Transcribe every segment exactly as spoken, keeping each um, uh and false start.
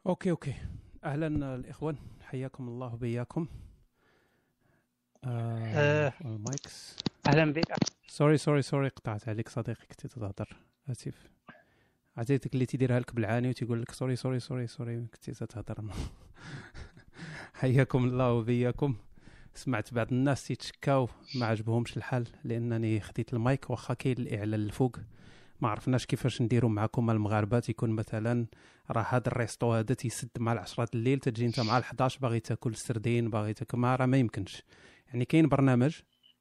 اوكي اوكي اهلا الاخوان، حياكم الله وبياكم. آه آه، المايكس. اهلا بك. سوري سوري سوري قطعت عليك صديقي، كنت تهضر. اسف، عزيزتك اللي تيديرها لك بالعاني وتيقول لك سوري سوري سوري سوري كنت تهضر. حياكم الله وبياكم. سمعت بعض الناس تيتشكاو ما عجبهمش الحال لانني خديت المايك، واخا كاين الاعلان الفوق ما عرفناش كيفاش نديروا معكم المغاربه. تيكون مثلا راه هذا الريستو هذا تيسد مع العشرة الليل، تجي انت مع الحداش باغي تاكل السردين، باغي تاكل، ما راه ما يمكنش. يعني كاين برنامج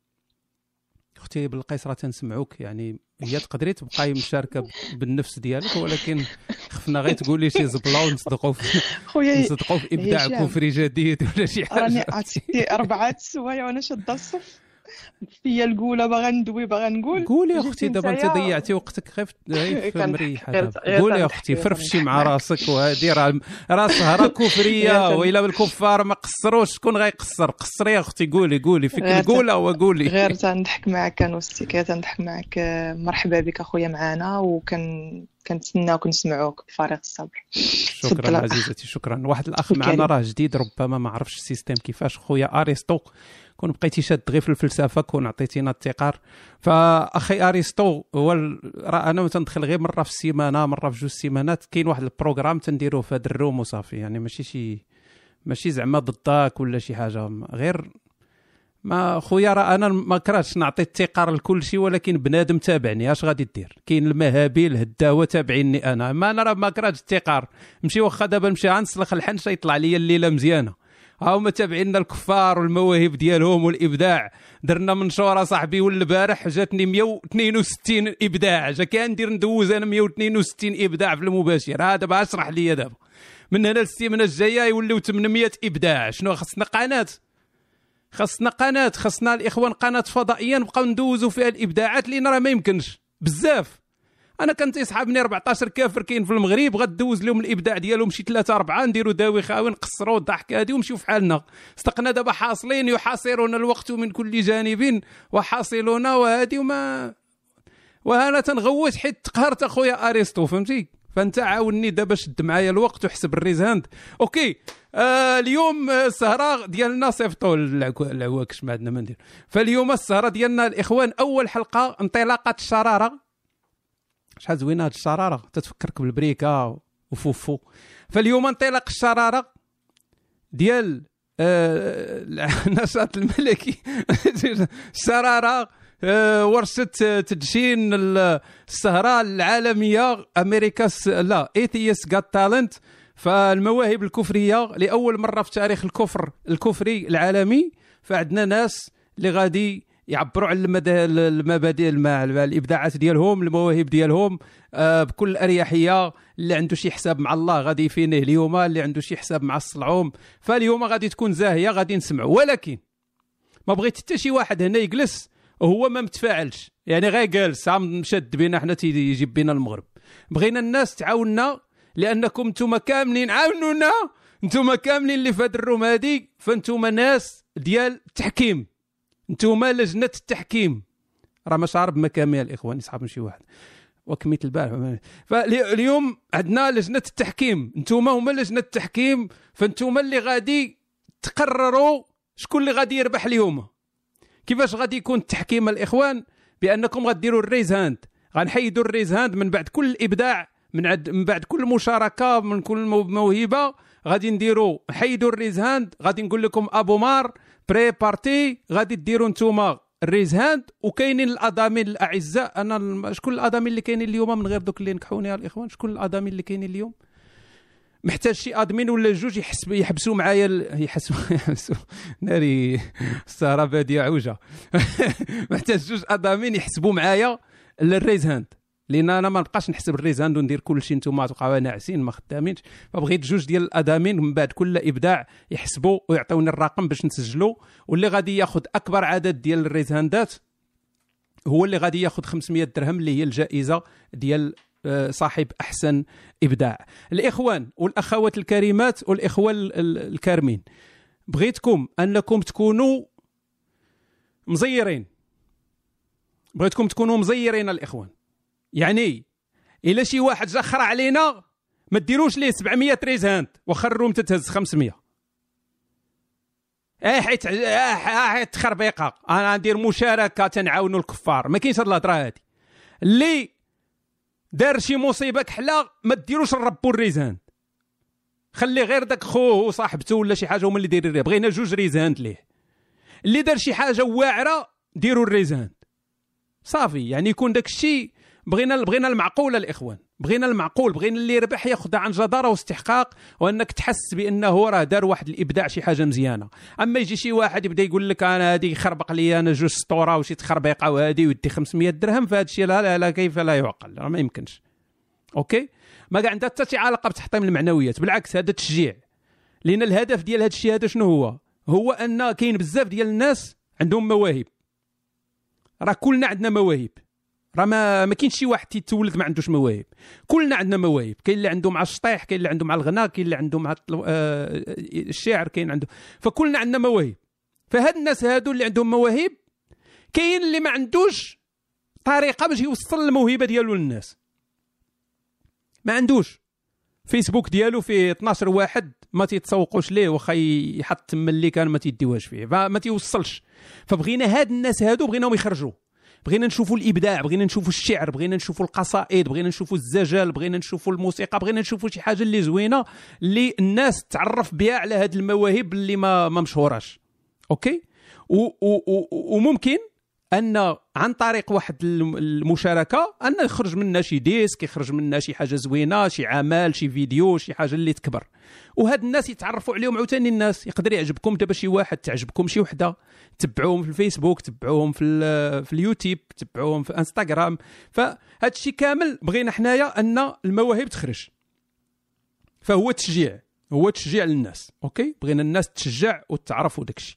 اختي بالقيس راه تنسمعوك، يعني هي تقدري تبقاي مشاركه بالنفس ديالك، ولكن خفنا غير تقولي شي زبله ونصدقوا في خويا نصدقوا في ابداع كفري جديد ولا شي راني حاجه. عرفتي اربعه سوايع وانا شاده الصف فيا الاولى باغا ندوي باغا نقول. قولي يا اختي، جيتي دابا انت نتايا ضيعتي وقتك غير في كنضحك مريحه. غير- دابا غير قولي يا تنضحك، اختي، غير فرفشي تنضحك مع معاك. راسك، وهذه راه راه سهره كفريه. غير تن- وإلا الكفار ما قصروش شكون غيقصر؟ قصري يا اختي، قولي قولي فيك غير تن- نقولها وقولي. غير تنضحك معك نوستي، كي تنضحك معك. آه، مرحبا بك اخويا معنا، وكن كنتسناوك نسمعوك بفارغ الصبر. شكرا تفضل. عزيزتي، شكرا. واحد الاخ الكريم. معنا راه جديد، ربما ما عرفش السيستم كيفاش. خويا ارسطو، كون بقيتي شاد غير في الفلسفه كون عطيتينا التقار. فاخي ارسطو هو ال- راه انا تندخل غير مره في السيمانه، مره في جوج سيمانات. كاين واحد البروغرام تنديروه في هذا الروم وصافي، يعني ماشي شي ماشي زعما ضدك ولا شي حاجه، غير ما خويا راه انا ما كرهتش نعطي التقار لكل شيء، ولكن بنادم تابعني اش غادي دير؟ كاين المهابيل الهداوه تابعيني انا، ما انا راه ما كرهتش التقار. نمشي واخا دابا نمشي غنسلخ الحنشه يطلع لي الليله مزيانه. ها هما تابعينا الكفار والمواهب ديالهم والابداع. درنا منشوره صاحبي والبارح جاتني مية واثنين وستين ابداع، جا كندير ندوز انا مية واثنين وستين ابداع في المباشر. ها دابا اشرح لي دابا من هنا للسيمانه الجايه يوليو ثمانمية ابداع. شنو خصنا؟ قناه خاصنا قناه خاصنا الاخوان قناه فضائيه نبقاو ندوزوا فيها الابداعات، لان راه ما يمكنش بزاف. انا كنت يصحابني أربعطاش كافر كاين في المغرب، غدوز لهم الابداع ديالهم شي ثلاثه اربعه، نديروا داوي خاوي نقصروا الضحك هذه ونمشيو في حالنا. استقنا دابا حاصلين يحاصرون الوقت من كل جانب وحاصلون، وهذه وما وهنا تنغوت حيت تقهرت اخويا ارسطو، فهمتي؟ فانت عاوني دابا شد معايا الوقت وحسب الريز هاند. اوكي. آه اليوم السهره ديالنا صيفطوا العواكش ما عندنا ما ندير. فاليوم السهره ديالنا الاخوان اول حلقه انطلاقه الشراره. شحال زوينه هاد الشراره، تتفكرك بالبريكه وفوفو. فاليوم انطلاق الشراره ديال آه النشاط الملكي. الشراره آه ورشه تدشين السهره العالميه امريكاس لا ايثيس جات تالنت. فالمواهب الكفريه لاول مره في تاريخ الكفر الكفري العالمي، فعندنا ناس اللي غادي يعبروا على المبادئ الابداعات ديالهم، المواهب ديالهم آه بكل اريحيه. اللي عنده شي حساب مع الله غادي يفينه اليوم، اللي عنده شي حساب مع الصلعوم. فاليوم غادي تكون زاهيه، غادي نسمعوا. ولكن ما بغيت حتى شي واحد هنا يجلس وهو ما متفاعلش، يعني غير جالس عم مشد بينا حنا تيجيب بينا المغرب. بغينا الناس تعاوننا، لانكم نتوما كاملين عاونونا، نتوما كاملين اللي في هذا الروم هذه، فانتوما ناس ديال التحكيم، نتوما لجنه التحكيم. راه ما شارب مكامل الاخوان يصحاب شي واحد وكميت البارح. فاليوم عندنا لجنه التحكيم، نتوما هما لجنه التحكيم، فانتوما اللي غادي تقرروا شكون اللي غادي يربح اليوم. كيفاش غادي يكون التحكيم الاخوان؟ بانكم غديروا الريز هاند، غنحيدوا الريز هاند من بعد كل ابداع، من عد من بعد كل مشاركه، من كل موهبه غادي نديروا حيدوا الريز هاند. غادي نقول لكم ابو مار بري بارتي، غادي ديروا نتوما الريز هاند. وكاينين الادامين الاعزاء، انا شكون الادامين اللي كاينين اليوم من غير دوك اللي نكحوني يا الاخوان؟ شكون الادامين اللي كاينين اليوم؟ محتاج شي ادمين ولا جوج يحسب يحبسوا معايا يحسبوا يحبسوا ناري السهره باديه عوجه. محتاج جوج ادمين يحسبوا معايا الريز هاند، لان انا ما نبقاش نحسب الريز هاند وندير كل شيء نتوما تبقاو ناعسين ما خدامينش. فبغيت جوج ديال الادمين من بعد كل ابداع يحسبوا ويعطيوني الرقم باش نسجلوا، واللي غادي ياخذ اكبر عدد ديال الريز هاندات هو اللي غادي ياخذ خمسمية درهم، اللي هي الجائزه ديال صاحب احسن ابداع. الاخوان والاخوات الكريمات والاخوه الكارمين، بغيتكم انكم تكونوا مزيرين، بغيتكم تكونوا مزيرين الاخوان. يعني الا شي واحد جا خرع علينا ما ديروش ليه سبعمية ريزاند واخا الروم تتهز خمسمية. اه حيت اه حيت تخربيقه انا ندير مشاركه تنعاونوا الكفار. ما كاينش هاد الهضره هادي. اللي دار شي مصيبه كحله ما ديروش نربوا الريزاند، خلي غير داك خوه وصاحبته ولا شي حاجه هما اللي دايرين ليه. بغينا جوج ريزاند ليه. اللي دار شي حاجه واعره ديروا الريزاند صافي. يعني يكون داك الشيء بغينا بغينا المعقول الاخوان، بغينا المعقول، بغينا اللي ربح ياخذها عن جداره واستحقاق، وانك تحس بانه راه دار واحد الابداع شي حاجه مزيانه. اما يجي شي واحد يبدا يقول لك انا هذه يخربق لي انا جوج سطوره وشي تخربيقه وهذه ويدي خمسمية درهم، فهذا الشيء لا, لا لا كيف لا يعقل، ما يمكنش. اوكي ما كاع عندها حتى شي علاقه بتحطيم المعنويات، بالعكس هذا تشجيع. لان الهدف ديال هذا الشيء هذا شنو هو؟ هو ان كاين بزاف ديال الناس عندهم مواهب. راه كلنا عندنا مواهب، راه ما ما كاينش شي واحد تيتولد ما عندوش مواهب. كلنا عندنا مواهب، كاين اللي عنده مع الشطيح، كاين اللي عنده مع الغناء، كاين اللي عنده مع الشعر، كاين عنده، فكلنا عندنا مواهب. فهاد الناس هادو اللي عندهم مواهب كاين اللي ما عندوش طريقه باش يوصل الموهبه ديالو للناس. ما عندوش فيسبوك ديالو فيه اثناش واحد ما تيتسوقوش ليه، واخا يحط تما اللي كان ما تيديوهاش فيه، فما تيوصلش. فبغينا هاد الناس هادو بغيناهم يخرجوا، بغينا نشوفوا الابداع، بغينا نشوفوا الشعر، بغينا نشوفوا القصائد، بغينا نشوفوا الزجل، بغينا نشوفوا الموسيقى، بغينا نشوفوا شي حاجه اللي زوينه اللي الناس تعرف بها على هاد المواهب اللي ما ما مشهوراش. اوكي و و و وممكن ان عن طريق واحد المشاركه ان يخرج منها شي ديسك، يخرج منها شي حاجه زوينه، شي عمل، شي فيديو، شي حاجه اللي تكبر، وهاد الناس يتعرفوا عليهم. عاوتاني الناس يقدر يعجبكم دابا شي واحد، تعجبكم شي وحده، تبعوهم في الفيسبوك، تبعوهم في في اليوتيوب، تبعوهم في انستغرام. فهاد الشيء كامل بغينا حنايا ان المواهب تخرج. فهو تشجيع، هو تشجيع للناس. اوكي بغينا الناس تشجع وتعرفوا داكشي.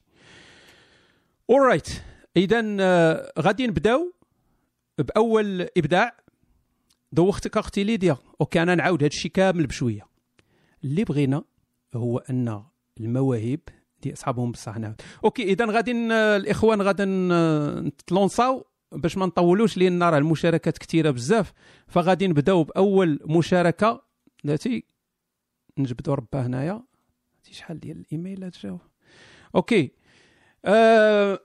اورايت اذا آه غادي نبداو باول ابداع. دوختك اختي ليديا. اوكي انا نعاود هذا الشيء كامل بشويه. اللي بغينا هو ان المواهب دي اصحابهم بصح نعاود. اوكي اذا غادي الاخوان غادي نتلونساو باش ما نطولوش، لان راه المشاركات كثيره بزاف. فغادي نبداو باول مشاركه التي نجبدوا رباه هنايا. شحال ديال الايميلات جاو؟ اوكي آه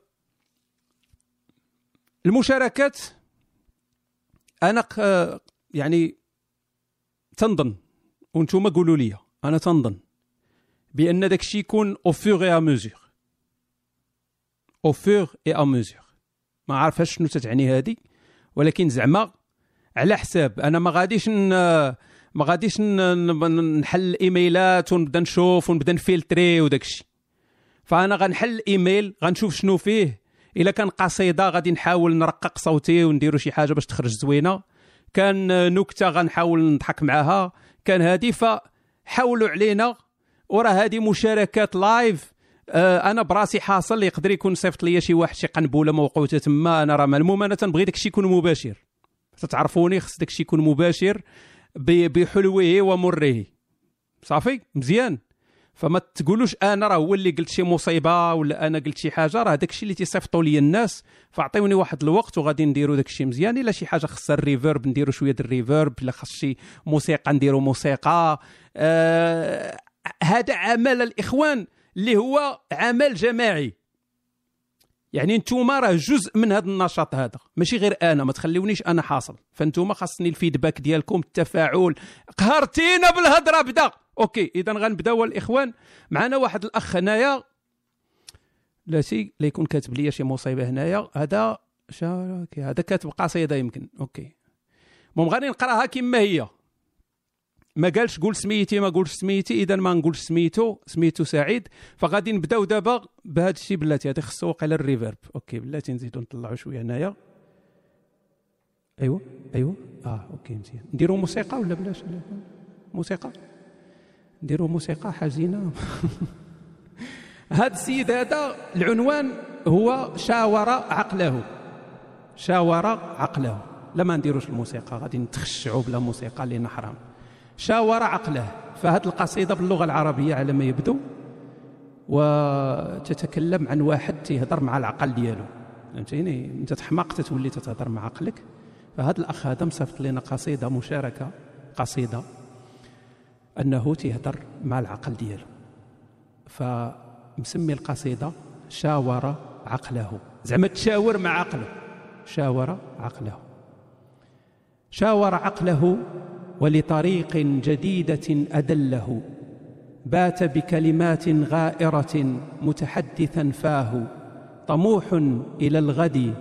المشاركات انا يعني تنظن، وانتم قولوا لي، انا تنظن بان داك الشيء يكون او فور اي ا ميزور. او فور اي ا ميزور ما عارفاش شنو تتعني هذه، ولكن زعما على حساب انا ما غاديش ما غاديش نحل الايميلات ونبدا نشوف ونبدا نفلتري وداك الشيء. فانا غنحل الايميل، غنشوف شنو فيه. الا كان قصيده غادي نحاول نرقق صوتي ونديروا شي حاجه باش تخرج زوينه. كان نكته غنحاول نضحك معها. كان هادي فحاولوا علينا. وراه هذه مشاركات لايف. آه انا براسي حاصل يقدر يكون صيفط لي شي واحد شي قنبوله موقوته تما. انا راه المهم انا تنبغي داك الشيء يكون مباشر. تتعرفوني خص داك الشيء يكون مباشر بحلوه ومره. صافي مزيان. فما تقولوش انا راه هو اللي قلت شي مصيبه ولا انا قلت شي حاجه. راه داك الشيء اللي تيصيفطوا لي الناس. فاعطيوني واحد الوقت وغادي نديروا داك الشيء مزيان. الا شي حاجه خصها الريفيرب نديروا شويه ديال الريفيرب. الا خص شي موسيقى نديروا موسيقى. آه هذا عمل الاخوان اللي هو عمل جماعي. يعني نتوما راه جزء من هذا النشاط هذا، ماشي غير انا. ما تخليونيش انا حاصل. فانتوما خاصني الفيدباك ديالكم، التفاعل. قهرتينا بالهضره بدا. اوكي اذا غنبداو الاخوان. معنا واحد الاخ هنايا لاتي لا يكون كاتب لي شي مصيبه هنايا. هذا شاكي هذا كاتب قصيده يمكن. اوكي المهم غادي نقراها كما هي. ما قالش قول سميتي، ما قولش سميتي، اذا ما نقولش سميتو. سميتو سعيد. فغادي نبداو دابا بهذا الشيء. بلاتي هذا خصو واقيلا الريفيرب. اوكي بلاتي نزيدو نطلعوا شويه هنايا. ايوا ايوا اه اوكي مزيان. نديروا موسيقى ولا بلاش؟ موسيقى نديروا موسيقى حزينه. هذا السيد هذا العنوان هو شاور عقله. شاور عقله. لما نديروش الموسيقى غادي نتخشعوا بلا موسيقى لان حرام. شاور عقله. فهذه القصيده باللغه العربيه على ما يبدو، وتتكلم عن واحد تيهضر مع العقل ديالو. فهمتيني؟ انت تحماق تتولي تتهضر مع عقلك. فهذا الاخ هذا مصيفط لنا قصيده، مشاركه قصيده انه تيهضر مع العقل ديالو. فمسمي القصيده شاور عقله، زعما تشاور مع عقله، شاور عقله. شاور عقله ولطريق جديدة أدله، بات بكلمات غائرة متحدثا فاه، طموح إلى الغد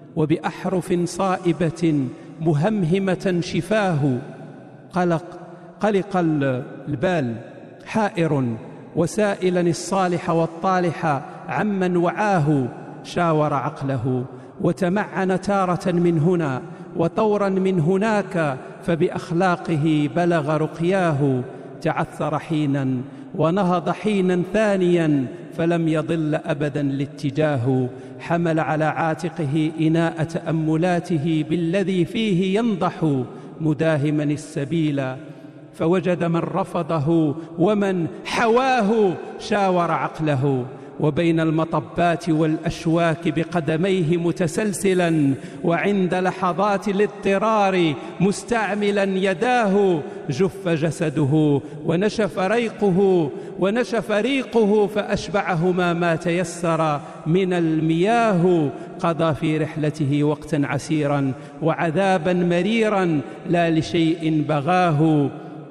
وبأحرف صائبة مهمهمة شفاه. قلق قلق البال حائر وسائلا الصالح والطالح عمن وعاه. شاور عقله وتمعن تارة من هنا وطورا من هناك، فبأخلاقه بلغ رقياه. تعثر حينا ونهض حينا ثانيا، فلم يضل أبدا الاتجاه. حمل على عاتقه إناء تأملاته بالذي فيه ينضح، مداهما السبيل فوجد من رفضه ومن حواه. شاور عقله وبين المطبات والأشواك بقدميه متسلسلا، وعند لحظات الاضطرار مستعملا يداه. جف جسده ونشف ريقه ونشف ريقه، فأشبعهما ما تيسر من المياه. قضى في رحلته وقتا عسيرا وعذابا مريرا، لا لشيء بغاه.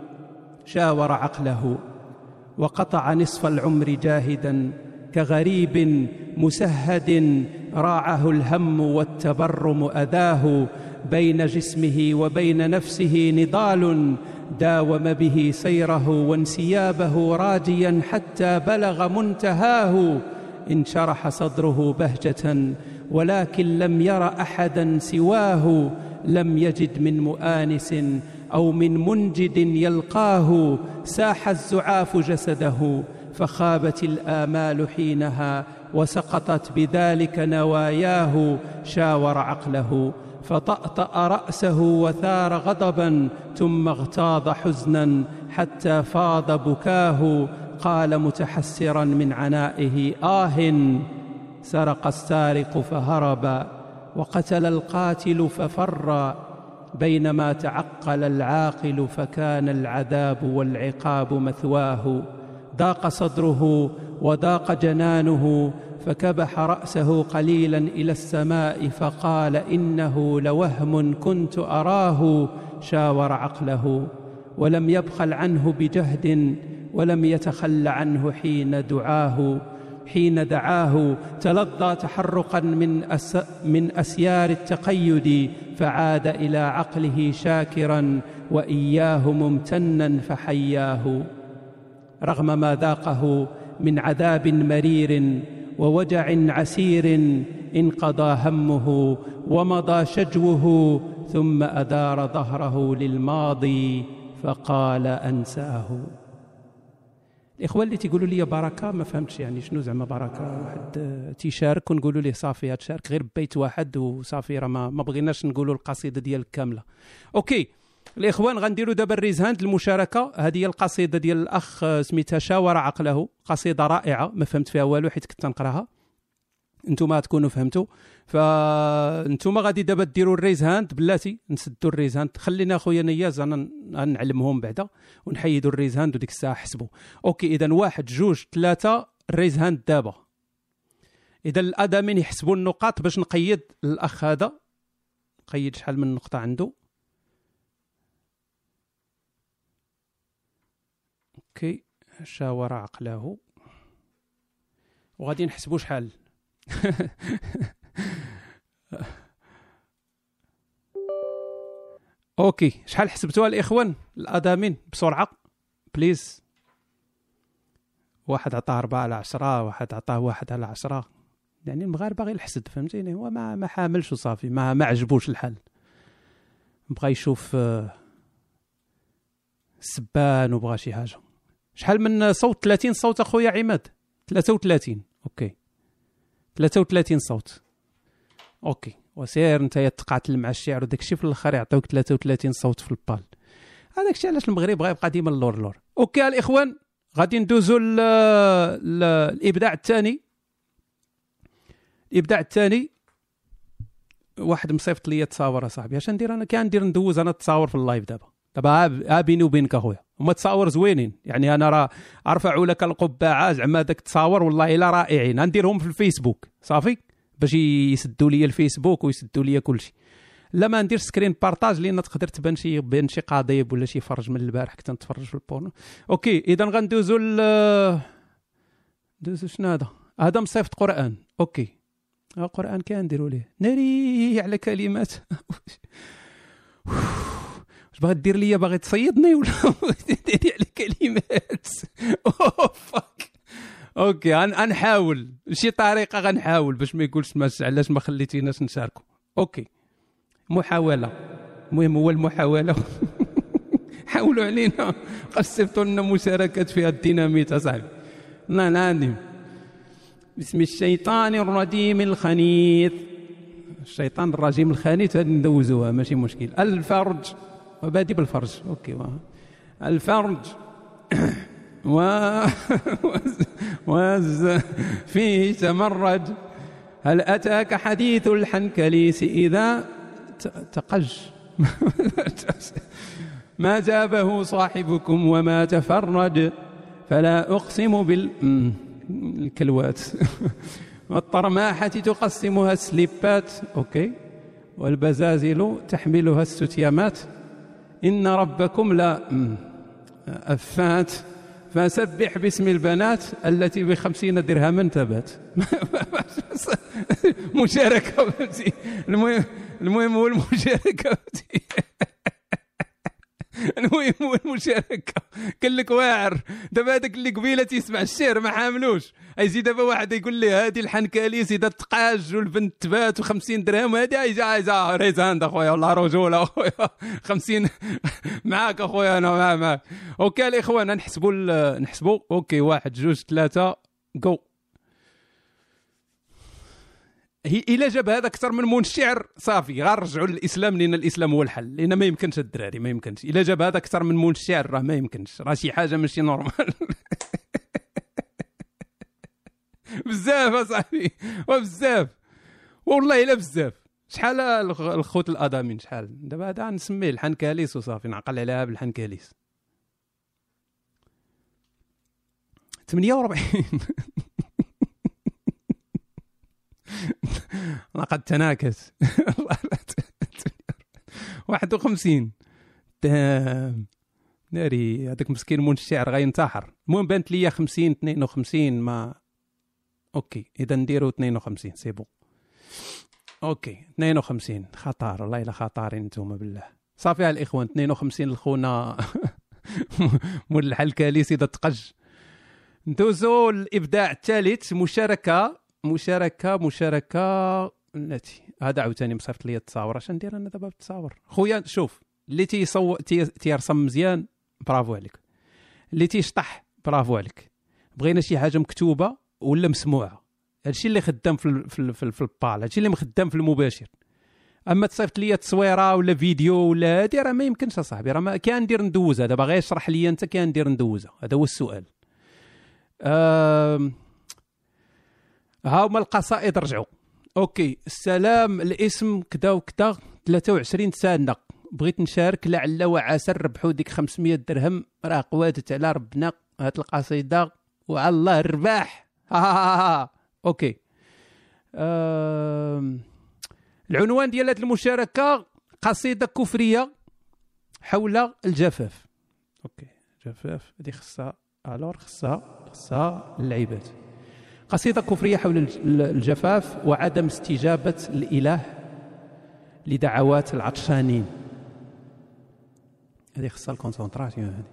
شاور عقله وقطع نصف العمر جاهدا كغريب مسهد، راعه الهم والتبرم أذاه. بين جسمه وبين نفسه نضال، داوم به سيره وانسيابه راجيا حتى بلغ منتهاه. انشرح صدره بهجة ولكن لم ير أحدا سواه، لم يجد من مؤانس أو من منجد يلقاه. ساح الزعاف جسده فخابت الآمال حينها، وسقطت بذلك نواياه. شاور عقله فطأطأ رأسه وثار غضبا، ثم اغتاظ حزنا حتى فاض بكاه. قال متحسرا من عنائه آه، سرق السارق فهرب وقتل القاتل ففر، بينما تعقل العاقل فكان العذاب والعقاب مثواه. ضاق صدره وضاق جنانه، فكبح رأسه قليلا إلى السماء فقال إنه لوهم كنت أراه. شاور عقله ولم يبخل عنه بجهد، ولم يتخل عنه حين دعاه حين دعاه. تلظى تحرقا من, أس من أسيار التقيد، فعاد إلى عقله شاكرا وإياه ممتنا فحياه. رغم ما ذاقه من عذاب مرير ووجع عسير، انقضى همه ومضى شجوه، ثم أدار ظهره للماضي فقال أنساه. الإخوان اللي تيقولوا لي بركة ما فهمتش يعني شنو زعما بركة. واحد تيشارك ونقولوا ليه صافي هاد شارك غير بيت واحد وصافي، راه ما بغيناش نقولوا القصيدة ديالك كاملة. أوكي الإخوان غنديروا دابا الريز هاند المشاركة. هذه هي القصيدة ديال الأخ سميتها شاور عقله، قصيدة رائعة ما فهمت فيها والو حيت كنت نقراها، انتم تكونوا فهمتوا. فانتم غادي دابا ديروا الريز هاند بلاتي، نسدوا الريز هاند. خلينا اخويا نياز انا نعلمهم بعدا ونحيدوا الريز هاند وديك الساعه حسبوا. اوكي اذا واحد جوج ثلاثه الريز هاند دابا. اذا الادمين يحسبوا النقاط باش نقيد الاخ هذا، نقيد شحال من نقطه عنده. اوكي شاور عقله وغادي نحسبوا شحال. اوكي شحال حسبتوها الاخوان الادمين بسرعه بليز؟ واحد عطاه أربعة على عشرة، واحد عطاه واحد على عشرة. يعني المغاربه غير الحسد فهمتيني، هو ما ما حاملش وصافي، ما ما عجبوش الحل، بغى يشوف السبان وبغى شي حاجه. شحال من صوت؟ ثلاثين صوت اخويا عماد. ثلاثة وثلاثين اوكي ثلاثة وثلاثين صوت. اوكي وسير انت تقاتل مع الشعر وداك الشيء في الاخر يعطيوك ثلاثة وثلاثين صوت في البال. هذاك الشيء علاش المغرب غيبقى يبقى ديما اللور لور. اوكي الاخوان غادي ندوزوا الابداع الثاني. الابداع الثاني واحد مصيفط لي تصاور اصاحبي، اش ندير انا؟ كان ندير ندوز انا التصاور في اللايف دابا. دابا بيني وبينك اخويا هما تصاور زوينين، يعني انا راه ارفعوا لك القبعه زعما داك التصاور والله الا رائعين، غنديرهم في الفيسبوك صافي باش يسدوا لي الفيسبوك ويسدوا لي كلشي. لا ما ندير سكرين بارطاج لان تقدر تبان شي بين شي قضيب ولا شي فرج من البارح كنت نتفرج في البورنو. اوكي اذا غندوزو ل دوزو شنو هذا هذا مصيفط قران. اوكي القران كنديروا ليه ناري على كلمات واش باغي دير ليا باغي تصيدني ولا ديري على كلمات اوه فاك. اوكي غنحاول شي طريقه غنحاول باش ما يقولش ما علاش ما خليتيناش نشاركوا. اوكي محاوله المهم هو المحاوله حاولوا علينا قصفتوا لنا مشاركات فيها الديناميت اصاحبي. لا لا بسم الشيطان الرجيم الخنيث. الشيطان الرجيم الخنيث هذه ندوزوها ماشي مشكل. الفرج وبادي بالفرج. اوكي و... الفرج و وز فيه تمرج. هل أتاك حديث الحنكليس إذا تقج ما جابه صاحبكم وما تفرج. فلا أقسم بالكلوات والطرماحة تقسمها السليبات. أوكي والبزازل تحملها الستيامات. إن ربكم لا أفات فسبح باسم البنات التي بخمسين درهما تبات. مشاركة. المهم المهم هو المشاركة. المهم هو المشاركة. قال لك واعر دابا هذاك اللي قبيله تيسمع الشعر ما حاملوش يزيد دابا واحد يقول لي هذه الحنكاليس اذا تقاج والبنت تبات وخمسين درهم هذه ايجا ايجا ريزاند اخويا والله رجوله اخويا خمسين معاك اخويا انا معاك معاك. اوكي الاخوان نحسبوا نحسبوا. اوكي واحد جوج ثلاثه جو. هي الا جاب هذا اكثر من مون الشعر صافي غنرجعوا للاسلام لان الاسلام هو الحل لان ما يمكنش الدراري ما يمكنش. الا جاب هذا اكثر من مون الشعر راه ما يمكنش راه شي حاجه ماشي نورمال. بزاف اصاحبي وبزاف والله الا بزاف. شحال الخوت الادمين شحال دابا هذا نسميه الحنكاليس وصافي نعقل عليها بالحنكاليس. ثمانية وأربعين. لقد تناكس. واحد وخمسين. تمام ناري هذاك مسكين مون الشعر غينتحر. المهم بانت ليا خمسين اثنين وخمسين ما. اوكي اذا نديرو اثنين وخمسين سي بون. اوكي اثنين وخمسين خطر والله الا خطارين نتوما بالله. صافي الاخوان اثنين وخمسين لخونا مول الحنكاليس اذا تقج. ندوزو الابداع الثالث مشاركه مشاركه مشاركه التي هذا عاوتاني مصيفط لي التصاور. اش ندير انا دابا بالتصاور خويا؟ شوف اللي تيصور تيرسم مزيان برافو عليك، اللي تيشطح برافو عليك. بغينا شي حاجه مكتوبه ولا مسموعه. هادشي اللي خدام في في في, في البال، هادشي اللي مخدام في المباشر. اما تصيفط لي تصويره ولا فيديو ولا هادي راه ما يمكنش اصاحبي. راه ما كان ندير ندوزها دابا غير اشرح لي انت كان ندير ندوزها. هذا هو السؤال. أه... ها هما القصائد رجعوا. اوكي السلام الاسم كذا وكذا ثلاثة وعشرين سنه بغيت نشارك لعل وعسى ربحوا ديك خمسمية درهم راه قوادت على ربنا هاد القصيده وعلى الله الرباح. ها ها ها. اوكي أه... العنوان ديال هاد المشاركه قصيده كفريه حول الجفاف. اوكي جفاف هذه خصها الور خصها خصها اللعيبات. قصيدة كفرية حول الجفاف وعدم استجابة الإله لدعوات العطشانين. هذه خصها الكونسنتراسيون. هذه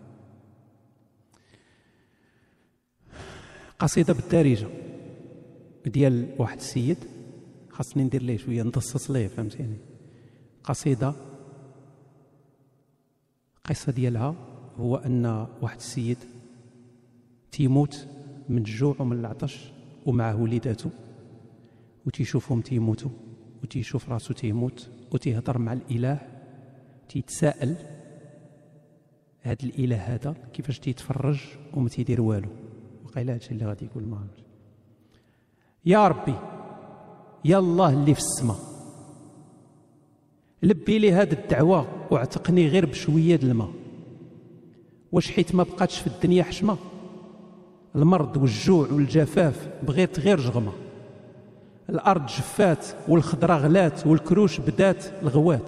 قصيدة بالدارجة ديال واحد السيد خاصني ندير ليه شوية نضصص ليه فهمتيني. قصيدة قصة ديالها هو أن واحد السيد تيموت من الجوع ومن العطش ومعه وليداته وتيشوفهم تيموتوا وتيشوف راسو تيموت وتيهضر مع الإله تيتساءل هذا الإله هذا كيفاش تيتفرج وما تيدير والو. وقيل هادشي اللي غادي يقول ما يا ربي يا الله اللي في السماء لبي لي هاد الدعوة واعتقني غير بشوية د الماء. واش حيت ما بقاتش في الدنيا حشمة؟ المرض والجوع والجفاف بغيت غير جغمة. الأرض جفات والخضرة غلات والكروش بدات الغوات.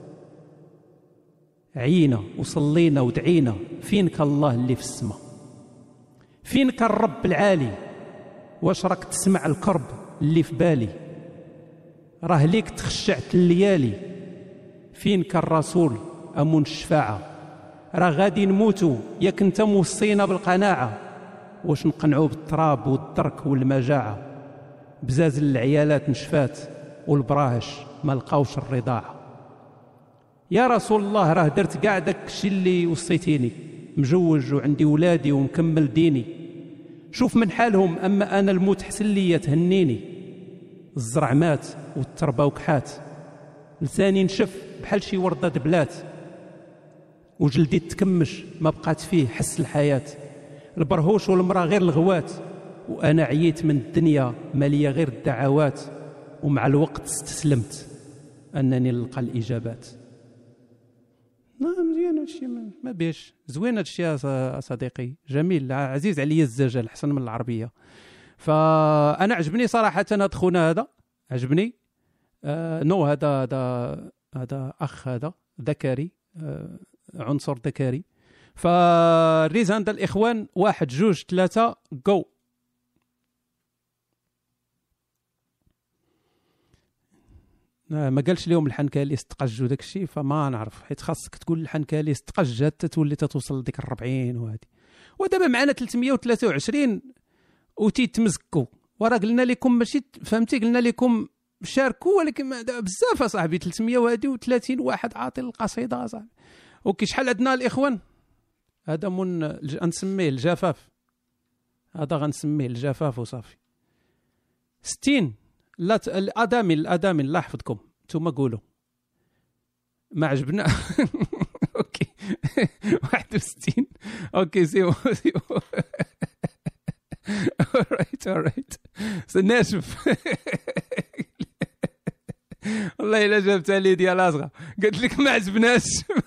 عينا وصلينا ودعينا فينك الله اللي في السماء، فينك الرب العالي، واش راك تسمع الكرب اللي في بالي؟ راه ليك تخشعت الليالي، فينك الرسول أمون الشفاعة. راه غادي نموتوا ياك انت موصينا بالقناعة، واش نقنعوا بالتراب والدرك والمجاعة؟ بزاز العيالات نشفات والبراهش ما لقاوش الرضاعة. يا رسول الله راه درت كاع داك الشيء اللي وصيتيني، مجوج وعندي ولادي ومكمل ديني. شوف من حالهم، أما أنا الموت حسن ليا تهنيني. الزرع مات والتربة وكحات، لساني نشف بحال شي وردة دبلات، وجلدي تكمش ما بقات فيه حس الحياة. البرهوش والمرا غير الغوات، وأنا عييت من الدنيا مالية غير الدعوات. ومع الوقت استسلمت أنني نلقى الإجابات. مزيان هادشي، ما بيش زوين هادشي يا صديقي، جميل، عزيز عليا الزجل، أحسن من العربية. فأنا عجبني صراحة هاد خونا، هذا عجبني. آه نو هذا هذا هذا أخ، هذا ذكري، آه عنصر ذكري. فالريز عند الإخوان واحد جوج ثلاثة جو. ما قالش لهم الحنكالي استقجوا داك الشيء، فما نعرف، حيت خاصك تقول الحنكالي استقج حتى تولي توصل لديك الربعين وهذه. ودابا معنا ثلاثمية وثلاثة وعشرين وتيتمزكوا، وراه قلنا لكم ماشي فهمتي، قلنا لكم شاركوا، ولكن بزاف اصاحبي، ثلاثمية وثلاثين واحد عاطي القصيده اصاحبي. اوكي، شحال عندنا الاخوان؟ هذا من غنسميه الجفاف، هذا غنسميه الجفاف وصافي. ستين. لا ت... الادامي الادامي الله يحفظكم، نتوما قولوا ما عجبنا. اوكي. واحد وستين. اوكي سيو سيو. alright alright سناشف. والله الا جابتها لي ديال اصغر، قلت لك ما عجبناش.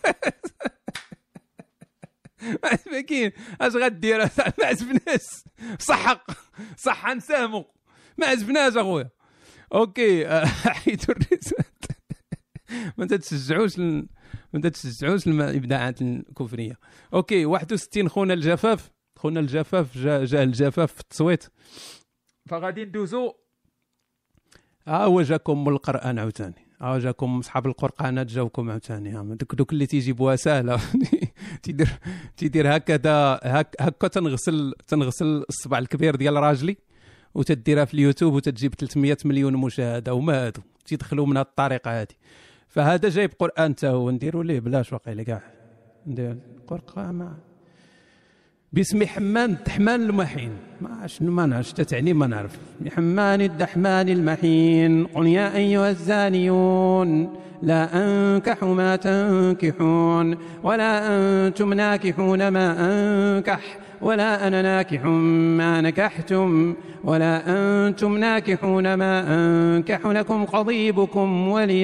ما كاين اش غدير، ما عجبناش. صحق صح نساهموا، ما عجبناش اخويا. اوكي. حيدوا الرسالة. ما تتشجعوش ل... ما تتشجعوش الابداعات الكفريه. اوكي. واحد وستين خونا الجفاف، خونا الجفاف جا, جا الجفاف في التصويت. فغادي ندوزو. ها هو جاكم من القران عاوتاني، ها جاكم اصحاب القرقانات جاوكم عاوتاني. دوك دوك اللي تيجيبوها سهله. تيدير تيدير هكذا، هك هكا تنغسل تنغسل الصبع الكبير ديال راجلي وتديرها في اليوتيوب وتجيب ثلاثمية مليون مشاهده، وما هادو تيدخلوا من هذه الطريقه هذه. فهذا جايب قران حتى هو، نديروا ليه بلاش واقيلا كاع، ندير قرقه ما باسم حمان الدحمان المحين، ما شنو ما نعرفش تعني، ما نعرف. حمان الدحمان المحين. قل يا ايها الزانيون لا أنكح ما تنكحون ولا أنتم ناكحون ما أنكح ولا أنا ناكح ما نكحتم ولا أنتم ناكحون ما أنكح لكم قضيبكم ولي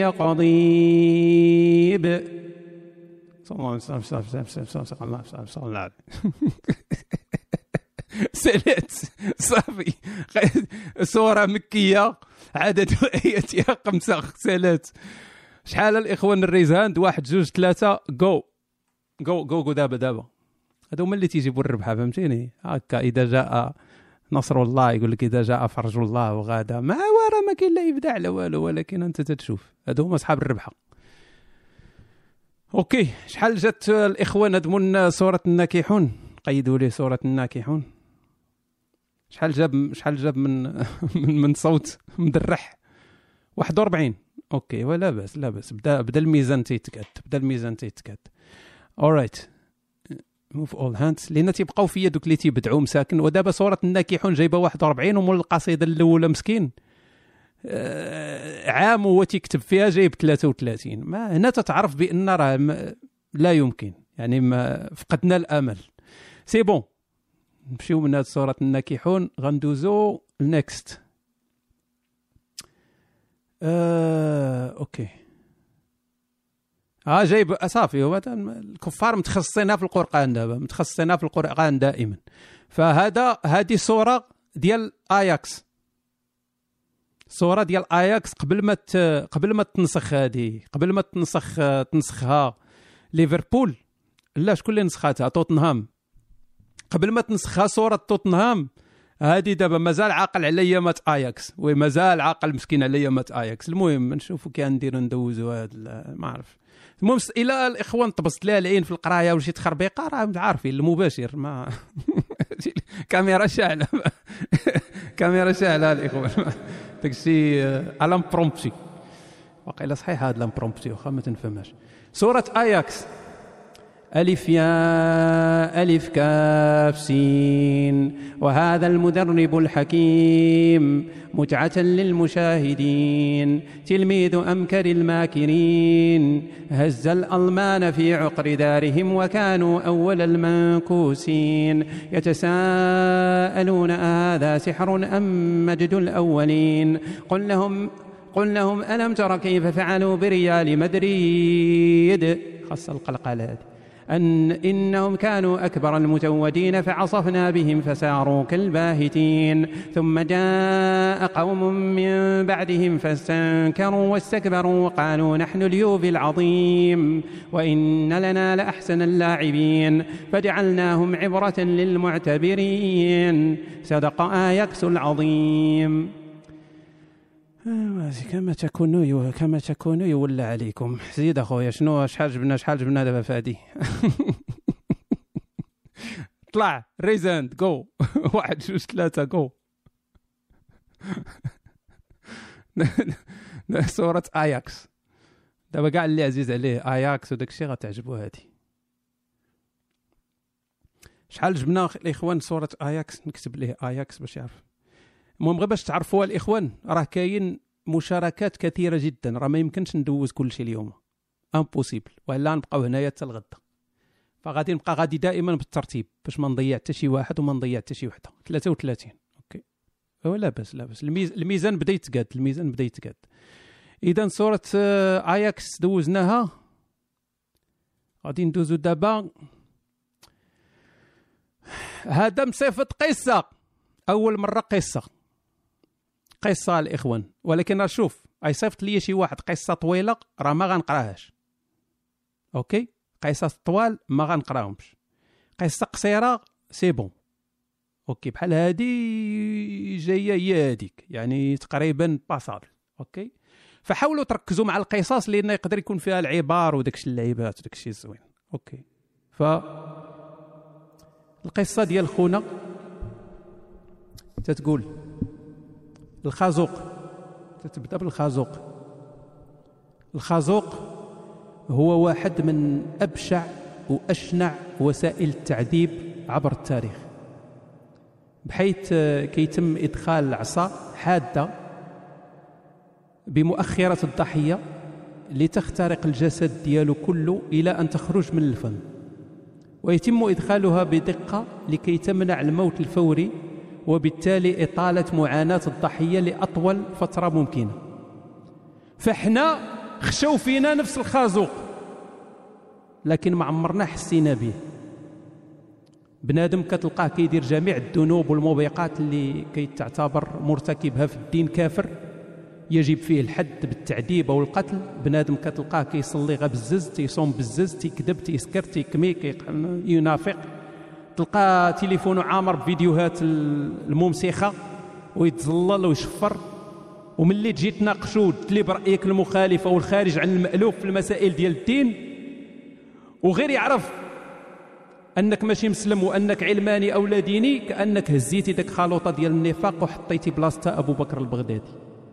قضيب. صلى الله عليه وسلم. صلى الله عليه وسلم. سلات صافي. سورة مكية عدد آياتها خمسة. سلات. شحال الإخوان الريزاند؟ واحد جوج ثلاثة جو جو جو جو. دابا دابا هادو هما اللي تيجيبوا الربحة، فهمتيني؟ هكا إذا جاء نصر الله يقول لك إذا جاء فرج الله وغدا، ما ورا ما كاين لا إبداع لا والو، ولكن أنت تتشوف هادو هما أصحاب الربحة. أوكي. شحال جات الإخوان هاد من سورة الناكحون؟ قيدوا لي سورة الناكحون. شحال جاب شحال جاب من من, من صوت مدرح؟ واحد وأربعين. اوكي ولا باس لا باس. بدا بدا الميزان تيتكاد، بدا الميزان تيتكاد. اورايت. موف اول هاندز، لان تيبقاو فيا دوك اللي تيبدعوا مساكن. ودابا صوره الناكحون جايبه واحد وأربعين، ومول القصيده الاولى مسكين عام هو تيكتب فيها جايب ثلاثة وثلاثين. ما هنا تتعرف بان راه لا يمكن، يعني ما فقدنا الامل. سي بون، نمشيو من هاد صوره الناكحون غندوزو آه، اوكي. ها جايب صافي. هو الكفار متخصصين في القرآن دابا، متخصصين في القرآن دائما. فهذا هذه صورة ديال اياكس، صورة ديال اياكس قبل ما قبل ما تنسخ هذه، قبل ما تنسخ تنسخها ليفربول. لا، شكون اللي نسخاتها؟ توتنهام. قبل ما تنسخها صورة توتنهام، هذه دابا مازال عاقل على ايامات اياكس، ومازال عاقل مسكين على ايامات اياكس. المهم نشوفوا كي نديروا ندوزوا هذا ما عرف. المهم الى الاخوان طبست لها العين في القرايه وشي تخربيقه، راه عارفين المباشر ما كاميرا شاعله كاميرا شاعله الاخوان داكشي الام برومبتي. واقيلا صحيح هذا الام برومبتي واخا ما تنفهمهاش. صوره اياكس: ألف يا ألف كاف سين وهذا المدرب الحكيم متعة للمشاهدين تلميذ أمكر الماكرين هز الألمان في عقر دارهم وكانوا أول المنكوسين يتساءلون أهذا سحر أم مجد الأولين قل لهم قل لهم ألم تر كيف فعلوا بريال مدريد. خاصة القلقلة هذه أن إنهم كانوا أكبر المتودين فعصفنا بهم فساروا كالباهتين ثم جاء قوم من بعدهم فاستنكروا واستكبروا وقالوا نحن اليوب العظيم وإن لنا لأحسن اللاعبين فجعلناهم عبرة للمعتبرين. صدق آياكس العظيم. كما تكونوا كما تكونوا يولى عليكم. زيد اخويا، شنو شحال جبنا شحال جبنا دابا فادي طلع ريزاند جو واحد جوج ثلاثة جو. صورة اياكس دابا كاع اللي عزيز عليه اياكس وداك الشيء غتعجبو هادي. شحال جبنا الاخوان صورة اياكس؟ نكتب ليه اياكس باش يعرف. المهم غير باش تعرفوا الاخوان، راه كاين مشاركات كثيره جدا، راه ما يمكنش ندوز كل شيء اليوم، امبوسيبل، والا نبقاو هنايا حتى الغدا. فغادي نبقى غادي دائما بالترتيب باش ما نضيع حتى شي واحد وما نضيع حتى شي وحده. ثلاثة وثلاثين اوكي ولا بس لا بس الميز... الميزان بدا يتقاد، الميزان بدا يتقاد. اذا صوره اياكس دوزناها، غادي ندوزو دابا. هذا مصيفط قصه، اول مره قصه قصه الاخوان، ولكن راه شوف اي صيفط لي شي واحد قصه طويله راه ما غنقراهاش. اوكي، قصص طوال ما غنقراهمش، قصه قصيره سي بون. اوكي، بحال هادي جايه هي هذيك يعني تقريبا باسابل. اوكي، فحاولوا تركزوا مع القصص لان يقدر يكون فيها العبار وداكشي اللعيبات وداكشي الزوين. اوكي، ف القصه ديال خونا تتقول الخازوق، تتبدا بالخازوق. الخازوق هو واحد من أبشع وأشنع وسائل التعذيب عبر التاريخ، بحيث كيتم إدخال عصا حادة بمؤخرة الضحية لتخترق الجسد ديالو كله إلى أن تخرج من الفم، ويتم إدخالها بدقة لكي تمنع الموت الفوري وبالتالي إطالة معاناة الضحية لأطول فترة ممكنة. فإحنا خشوا فينا نفس الخازوق لكن ما عمرنا حسينا به. بنادم كتلقاه كيدير جميع الذنوب والموبقات اللي كيتعتبر مرتكبها في الدين كافر يجب فيه الحد بالتعذيب أو القتل. بنادم كتلقاه كيصلي غير بالزز، تيصوم بالزز، تيكذب، تيسكر، تيكمي، ينافق، تلقى تليفونه عامر بفيديوهات الممسخه ويتزلل ويشفر. وملي تجي تناقشوا تلي برايك المخالف او الخارج عن المألوف في المسائل ديال الدين وغير يعرف انك ماشي مسلم وانك علماني او لا ديني، كانك هزيتي داك خلوطه ديال النفاق وحطيتي بلاصتها ابو بكر البغدادي.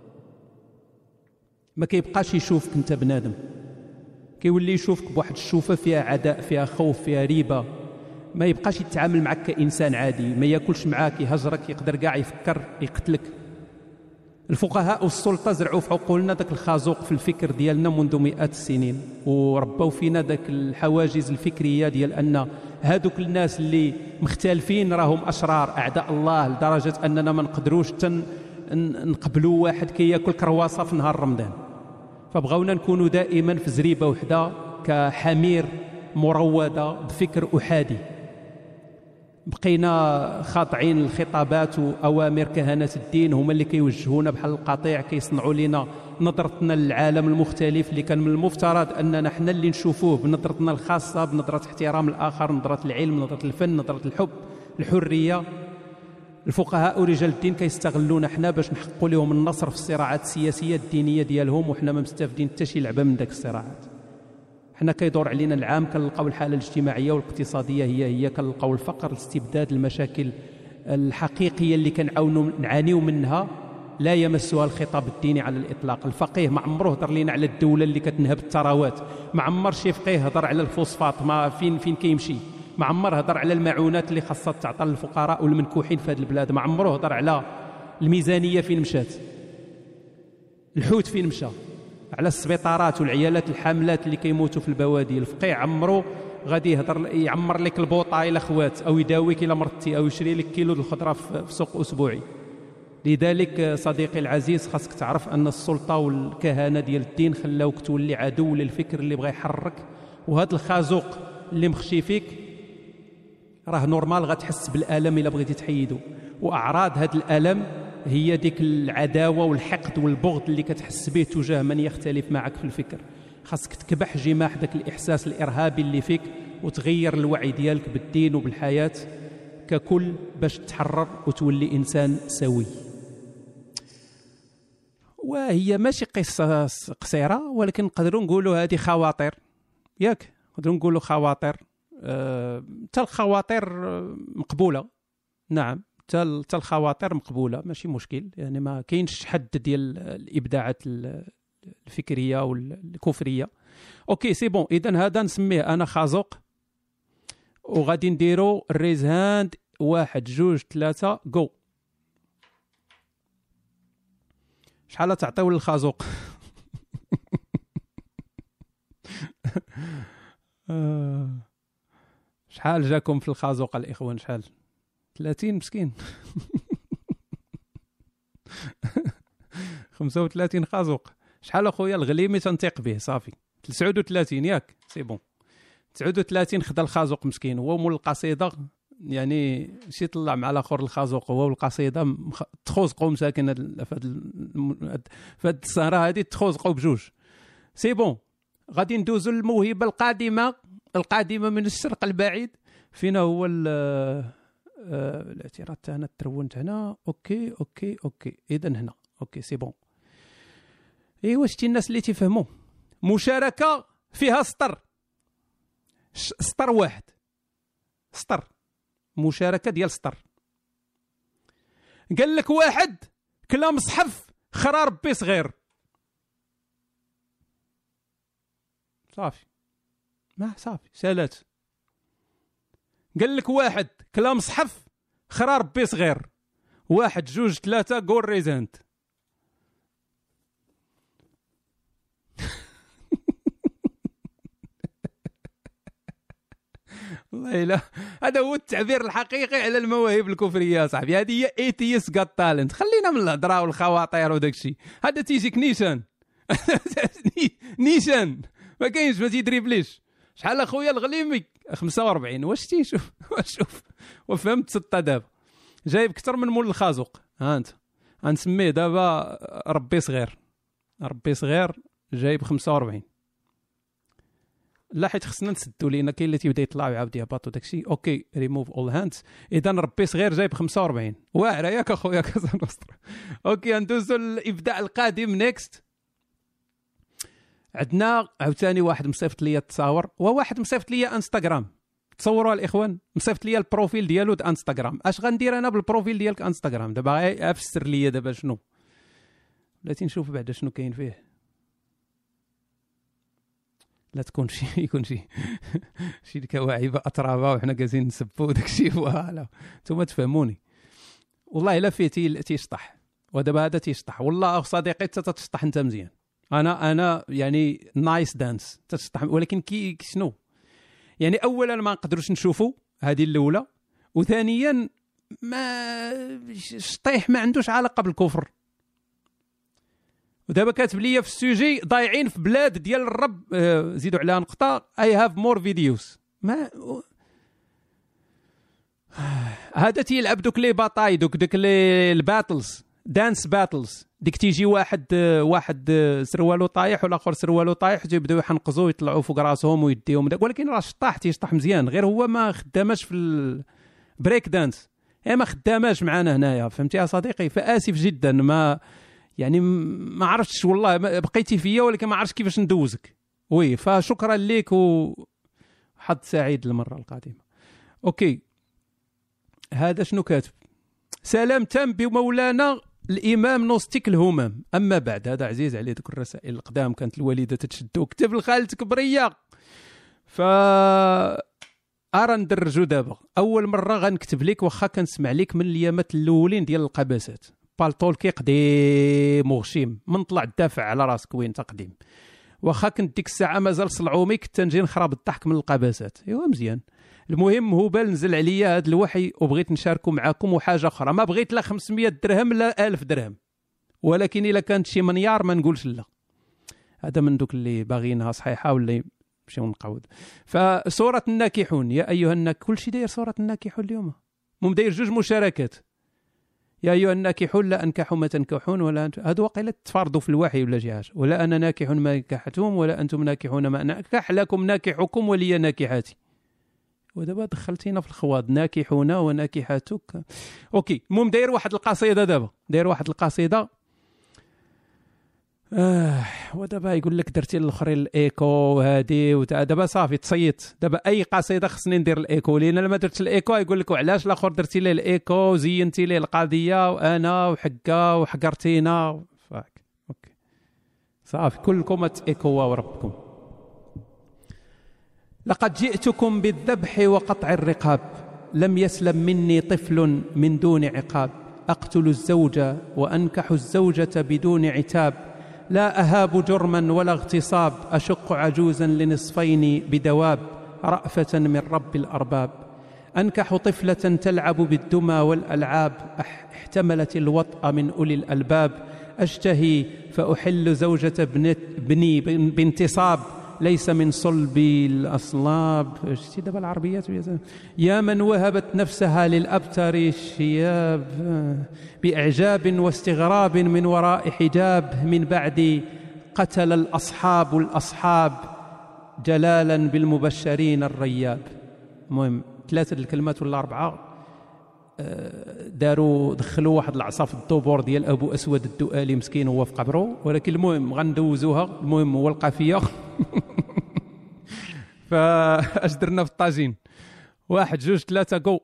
ما كيبقاش يشوفك انت بنادم، كيولي يشوفك بواحد الشوفه فيها عداء، فيها خوف، فيها ريبه. ما يبقاش يتعامل معك كإنسان عادي، ما ياكلش معاك، يهجرك، يقدر كاع يفكر يقتلك. الفقهاء والسلطه زرعوا في عقولنا داك الخازوق في الفكر ديالنا منذ مئات السنين، وربوا فينا داك الحواجز الفكريه ديال ان هادوك الناس اللي مختلفين راهم اشرار اعداء الله، لدرجه اننا ما نقدروش تن نقبلوا واحد كياكل كرواسه في نهار رمضان. فبغاونا نكونوا دائما في زريبه وحده كحمير مروضة بفكر أحادي، بقينا خاضعين الخطابات وأوامر كهنة الدين، هما اللي كيوجهونا بحال القطيع، كيصنعوا لنا نظرتنا للعالم المختلف اللي كان من المفترض أننا حنا اللي نشوفوه بنظرتنا الخاصة، بنظرة احترام الآخر، نظرة العلم، نظرة الفن، نظرة الحب، الحرية. الفقهاء ورجال الدين كيستغلونا حنا باش نحققوا لهم النصر في الصراعات السياسية الدينية ديالهم، وحنا ما مستافدين حتى شي لعبة من داك الصراعات. حنا كيدور علينا العام، كنلقاو الحالة الاجتماعية والاقتصادية هي هي، كنلقاو الفقر، الاستبداد، المشاكل الحقيقية اللي كنعاونوا نعانيو منها لا يمسها الخطاب الديني على الإطلاق. الفقيه ما عمره هضر لينا على الدولة اللي كتنهب الثروات، ما عمر شي فقيه هضر على الفوسفات ما فين فين كيمشي، ما عمر هضر على المعونات اللي خاصها تعطى للفقراء والمنكوحين في هذه البلاد، ما عمره هضر على الميزانية فين مشات، الحوت فين مشى، على السبيطارات والعيالات الحاملات اللي كيموتوا في البوادي. الفقيه عمرو غادي يهضر يعمر لك البوطه الى خوات، او يداويك الى مرضتي، او يشري لك كيلو الخضره في سوق اسبوعي. لذلك صديقي العزيز، خاصك تعرف ان السلطه والكهنه ديال الدين خلاوك تولي عدو للفكر اللي بغى يحرك، وهذا الخازوق اللي مخشي فيك راه نورمال غتحس بالالم الا بغيتي تحيدو. واعراض هذا الالم هي ديك العداوه والحقد والبغض اللي كتحس به تجاه من يختلف معك في الفكر. خاصك تكبح جماح ذاك الاحساس الارهابي اللي فيك، وتغير الوعي ديالك بالدين وبالحياه ككل باش تحرر وتولي انسان سوي. وهي ماشي قصه قصيره، ولكن نقدروا نقولوا هذه خواطر، ياك نقدروا نقولوا خواطر، حتى أه الخواطر مقبوله، نعم حتى الخواطر مقبوله، ماشي مشكل، يعني ما كاينش حد ديال الابداعات الفكريه والكفريه. اوكي سي بون، اذا هذا نسميه انا خازوق، وغادي نديرو الريز هاند، واحد جوج ثلاثه جو. شحال تعطيو للخازوق؟ شحال جاكم في الخازوق الاخوان؟ شحال؟ ثلاثين مسكين. خمسة وثلاثين خازوق. شحال اخويا الغليمي تنطيق به؟ صافي تسعة وثلاثين ياك سي بون. تسعة وثلاثين خدا الخازوق مسكين، هو مول القصيده يعني شي طلع مع الاخر الخازوق هو والقصيده تخوزقوا مساكن في هاد السهره هذه، تخوزقوا بجوج. سي بون، غادي ندوزو للموهبه القادمه القادمه من الشرق البعيد. فينا هو الاعتراض تاعنا ترونت هنا. اوكي اوكي اوكي اذا هنا اوكي سي بون. ايوا شتي الناس اللي تفهموا، مشاركه فيها سطر، سطر واحد، سطر مشاركه ديال سطر. قال لك واحد كلا مصحف خرا ربي صغير، صافي ما صافي سالات. قال لك واحد كلا مصحف خرا ربي صغير، واحد جوج ثلاثه قول ريزانت. والله لا، هذا هو التعبير الحقيقي على المواهب الكفريه صاحبي. هذه هي ايتيس غات تالنت. خلينا من الهضره والخواطر وداك الشيء، هذا تيجيك نيشان. نيشان ما كاينش، ما تيدريبليش. شحال اخويا الغليمي؟ خمسة وأربعين. واش تيشوف وشوف وفهمت ستة دابا جايب اكثر من مول الخازوق. ها انت غنسميه دابا ربي صغير، ربي صغير جايب خمسة وأربعين. لا حيت خصنا نسدوا لينا، كاين اللي تيبدا يطلع ويعاود يهبط وداكشي. اوكي ريموف اول هاندز. اذا ربي صغير جايب خمسة وأربعين. واعره ياك اخويا كازا نوسترا. اوكي ندوزو للابداع القادم نيكست. عندنا عاوتاني واحد مصيفط ليا التصاور، وواحد مصيفط ليا انستغرام. تصوروا الاخوان، مصيفط ليا البروفيل ديالو د انستغرام. اش غندير انا بالبروفيل ديالك انستغرام دابا؟ افسر ليا دابا شنو، بلاتي نشوف بعدا شنو كاين فيه. لا تكون شي يكون شي شي كواعب اترابه وحنا جالسين نسبوا داكشي. فوالا نتوما تفهموني. والله الا فيه تيشطح، ودابا هذا تيشطح. والله صديقي انت تشطح انت مزيان. انا انا يعني نايس دانس تشطح، ولكن كي شنو يعني؟ اولا ما نقدروش نشوفوا، هذه الاولى. وثانيا ما شطيح ما عندوش علاقه بالكفر. ودابا كاتب لي في السوجي ضايعين في بلاد ديال الرب. آه زيدوا عليها نقطه اي هاف مور فيديوز. ما هذا تيلعب دوك لي باطاي دوك ديك لي الباتلز دانس باتلز ديك تيجي واحد واحد سروالو طايح والاخر سروالو طايح تيبداو يحنقزوا يطلعوا فوق راسهم ويديهم داك، ولكن راه شطاح تيشطح مزيان غير هو ما خداماش في البريك دانس، هي ما خداماش معنا هنايا فهمتي يا صديقي. فاسف جدا ما يعني ما عرفتش والله بقيتي فيا ولكن ما عرفتش كيفاش ندوزك. وي فشكرا لك وحظ سعيد المره القادمه. اوكي هذا شنو كاتب؟ سلام تام بمولانا الامام نوستيك الهمام. اما بعد هذا عزيز عليه ذوك الرسائل القدام كانت الوالده تتشدو كتب لخالتك بريه. ف ارى ندرجو دابا اول مره غنكتب لك واخا كنسمع لك من اليامات الاولين ديال القباسات بالطول قديم وغشيم من طلع الدافع على راسك وين تقديم، واخا كنت ديك الساعه مازال صلعومي كنت نجي نخرب الضحك من القباسات. ايوا مزيان. المهم هو بال نزل عليا هذا الوحي وبغيت نشاركه معكم. وحاجه اخرى ما بغيت لا خمسمية درهم لا ألف درهم، ولكن الا كانت شي منيار ما نقولش لا. هذا من دوك اللي باغينها صحيحه ولا نمشيو نقعود. فسوره الناكحون يا ايها الناك كل شيء داير سوره الناكحون اليوم مم داير جوج مشاركات. يا ايها الناكحون لا انكحوا ما تنكحون ولا انتم هادو واقيلا تفارضوا في الوحي ولا شي حاجه. ولا انا ناكح ما نكحتم ولا انتم ناكحون ما نكح لكم ناكحكم ولي ناكحاتي. ودابا دخلتينا في الخواض ناكحون وناكحاتك. اوكي المهم داير واحد القصيده دابا داير واحد القصيده آه ودابا يقول لك درتي الاخرين الايكو هادي ودابا صافي تصيت. دابا اي قصيده خصني ندير الايكو لان لما درت الايكو يقول لك وعلاش الاخر درتي ليه الايكو زينتي ليه القضيه وانا وحكا وحقرتينا فاك. اوكي صافي كلكم تايكوا وربكم. لقد جئتكم بالذبح وقطع الرقاب لم يسلم مني طفل من دون عقاب أقتل الزوجة وأنكح الزوجة بدون عتاب لا أهاب جرما ولا اغتصاب أشق عجوزا لنصفين بدواب رأفة من رب الأرباب أنكح طفلة تلعب بالدمى والألعاب احتملت الوطأ من أولي الألباب أشتهي فأحل زوجة بني بانتصاب ليس من صلب الأصلاب. شتي دابا العربيات يا من وهبت نفسها للأبتر الشياب بإعجاب واستغراب من وراء حجاب من بعد قتل الأصحاب الأصحاب جلالا بالمبشرين الرياب. المهم ثلاثة الكلمات ولا أربعة داروا دخلوا واحد العصا في الدبور ديال أبو أسود الدؤالي مسكين هو في قبره، ولكن المهم غندوزوها. المهم هو القافية فاش درنا في الطاجين واحد جوج ثلاثة جو.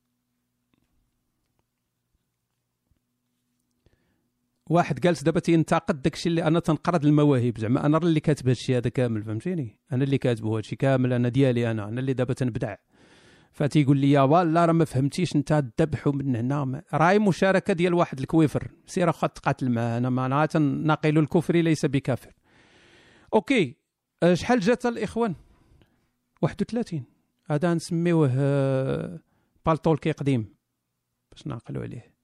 واحد جالس دابا تينتقد داكشي اللي انا تنقرض المواهب زعما انا اللي كاتب هادشي هذا كامل فهمتيني انا اللي كاتبه هادشي كامل انا ديالي انا انا اللي دابا تنبدع. فتيقول لي يا والله راه ما فهمتيش انت الذبح من هنا راهي مشاركه ديال واحد الكويفر سير اخا تقاتل معاه انا ما ناقل الكفر ليس بكافر. اوكي شحال جات الاخوان؟ واحد وثلاثين. هذا نسميوه بالطولكي قديم باش نعقلوا عليه.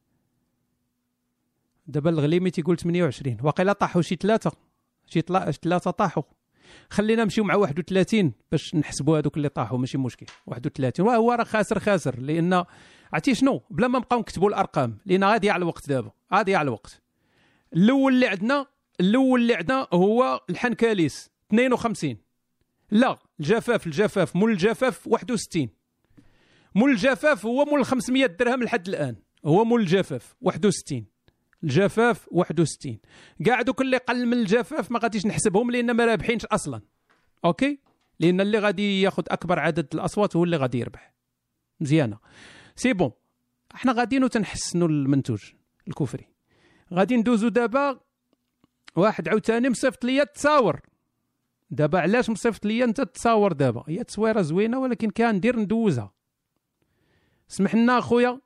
دابا الغليمي تيقول ثمانية وعشرين واقيلا طاحوا شي ثلاثه شي ثلاثه طاحوا. خلينا نمشيو مع واحد وثلاثين باش نحسبوا هذوك اللي طاحوا ماشي مشكل. واحد وثلاثين وهو راه خاسر خاسر لان عرفتي شنو بلا ما نبقاو نكتبوا الارقام لان غادي على الوقت دابا غادي على الوقت. الاول اللي عندنا الاول اللي عندنا هو الحنكاليس اثنين وخمسين. لا الجفاف الجفاف مول الجفاف واحد وستين. مول الجفاف هو مول خمسمية درهم لحد الان هو مول الجفاف واحد وستين. الجفاف واحد وستين. كاع دوك اللي قل من الجفاف ما غاديش نحسبهم لان ما رابحينش اصلا. اوكي لان اللي غادي ياخذ اكبر عدد الاصوات هو اللي غادي يربح. مزيانه سي بون. احنا غاديين وتنحسنوا المنتوج الكفري. غادي ندوزو دابا واحد عاوتاني مصيفط ليا التصاور. دابا علاش مصيفط ليا انت التصاور؟ دابا هي تصويره زوينه ولكن كندير ندوزها. سمح لنا اخويا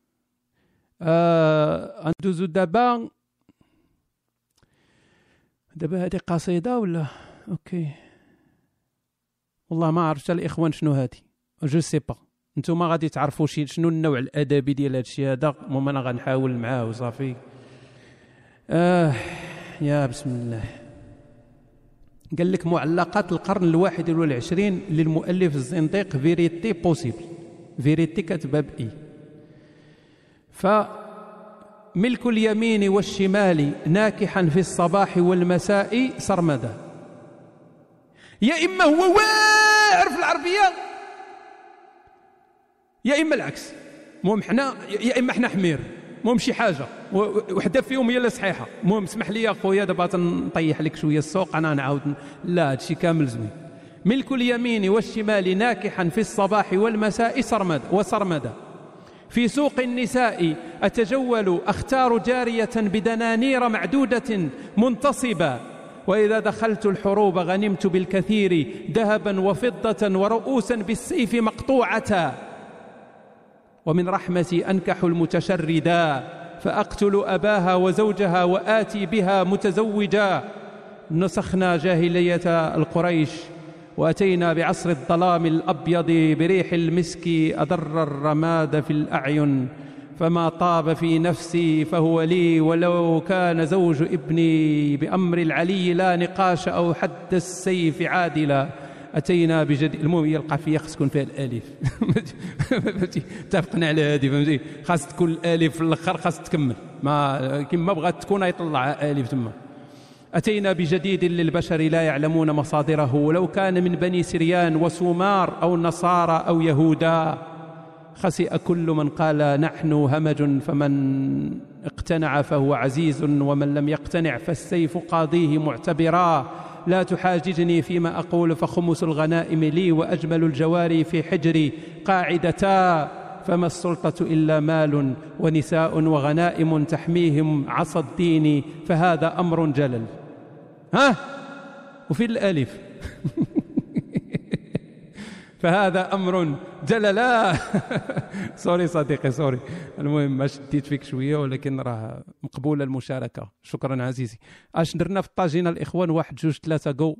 آه ندوزو دابا دابا هذه قصيده ولا اوكي والله ما عرفت الاخوان شنو هذه جو سي با. نتوما غادي تعرفوا شي شنو النوع الادبي ديال هذا الشيء هذا. المهم انا غنحاول معاه وصافي. آه يا بسم الله. قال لك معلقات القرن الواحد والعشرين للمؤلف الزنديق فيريتي بوسيبل. فيريتي كتبها بإي. فملك اليمين والشمال ناكحا في الصباح والمساء سرمدا. يا إما هو واعر في العربية يا إما العكس. المهم حنا يا إما حنا حمير، المهم شي حاجة وحدة فيهم هي اللي صحيحة. المهم اسمح لي يا خويا دابا تنطيح لك شوية السوق أنا نعاود. لا هادشي كامل زوين. ملك اليمين والشمال ناكحا في الصباح والمساء سرمدا وسرمدا. في سوق النساء أتجول أختار جارية بدنانير معدودة منتصبة. وإذا دخلت الحروب غنمت بالكثير ذهبا وفضة ورؤوسا بالسيف مقطوعة. ومن رحمتي أنكح المتشردا فأقتل أباها وزوجها وآتي بها متزوجا. نسخنا جاهلية القريش وأتينا بعصر الظلام الأبيض بريح المسك أضر الرماد في الأعين. فما طاب في نفسي فهو لي ولو كان زوج ابني بأمر العلي لا نقاش أو حد السيف عادلا. أتينا بجديد. المهم هي القافية خاص تكون فيها الألف. فهمتي اتفقنا على هذه. فهمتي خاص تكون الألف في الآخر خاص تكمل ما كما بغات تكون يطلع ألف تما. أتينا بجديد للبشر لا يعلمون مصادره ولو كان من بني سريان وسومار أو نصارى أو يهودا. خسئ كل من قال نحن همج فمن اقتنع فهو عزيز ومن لم يقتنع فالسيف قاضيه معتبرا. لا تحاججني فيما أقول فخمس الغنائم لي وأجمل الجواري في حجري قاعدتا. فما السلطة إلا مال ونساء وغنائم تحميهم عصا الدين فهذا أمر جلل. ها وفي الألف. فهذا أمر جللا. سوري صديقي سوري. المهم ما شديت فيك شوية ولكن راه مقبولة المشاركة. شكرا عزيزي. اش درنا في الطاجينة الإخوان؟ واحد جوج ثلاثة جو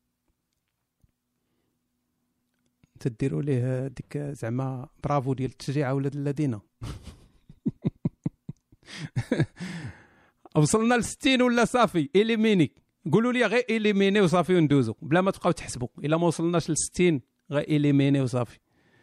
تديروا ليه ديك زعما برافو ديال التشجيع ولاد الذين. وصلنا ل ستين ولا صافي إليميني؟ قولوا لي غير إليميني وصافي وندوزو بلا ما تبقاو تحسبوا. إلا ما وصلناش ل ستين غير إليميني وصافي.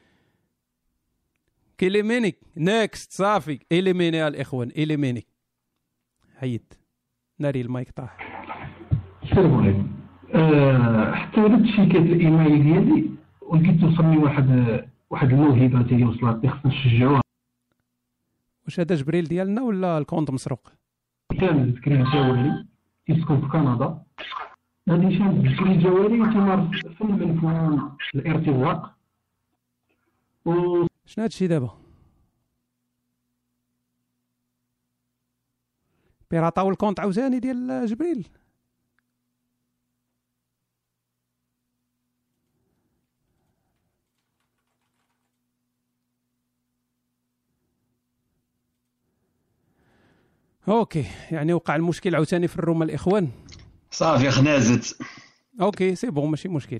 كيليميني نيكست صافي. إليميني يا الإخوان إليميني. حيد ناري المايك طاح. السلام عليكم. أه حتى ولات شيكات الإيميل ديالي ولقيت توصلني واحد واحد الموهبة تيجي وصلتني خصنا نشجعوها. واش هذا جبريل ديالنا ولا الكونت مسروق؟ كامل ذكري جوالي كيسكن في كندا. هادي شان ذكري جوالي تيمارس فن منفون الارتزاق. و شنو هادشي دابا؟ بيراطاو الكونت عاوتاني ديال جبريل. اوكي يعني وقع المشكل عاوتاني في الروم الاخوان. صافي خنازت. اوكي سي بون ماشي مشكل.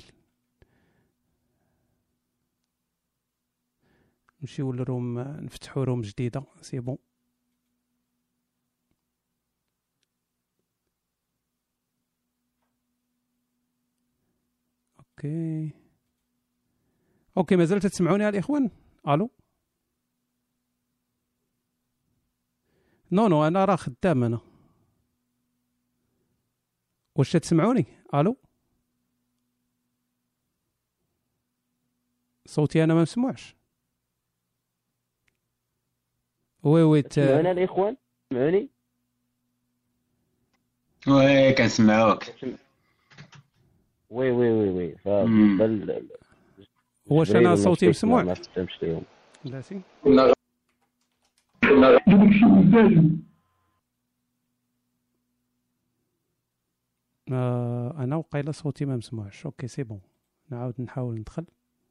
نمشيو للروم نفتحوا روم جديده سي بون. اوكي اوكي مازال تسمعوني يا الاخوان؟ الو نو نو انا راه خدام انا. واش تسمعوني؟ الو صوتي انا ما مسموعش. وي وي تسمعونا الاخوان؟ سمعوني؟ وي كنسمعوك. وي وي وي وي فبالنسبه واش انا صوتي مسموع؟ ما فهمتش ليهم. بلاتي آه انا وقيله صوتي ما مسموعش. اوكي سي بون نعاود نحاول ندخل.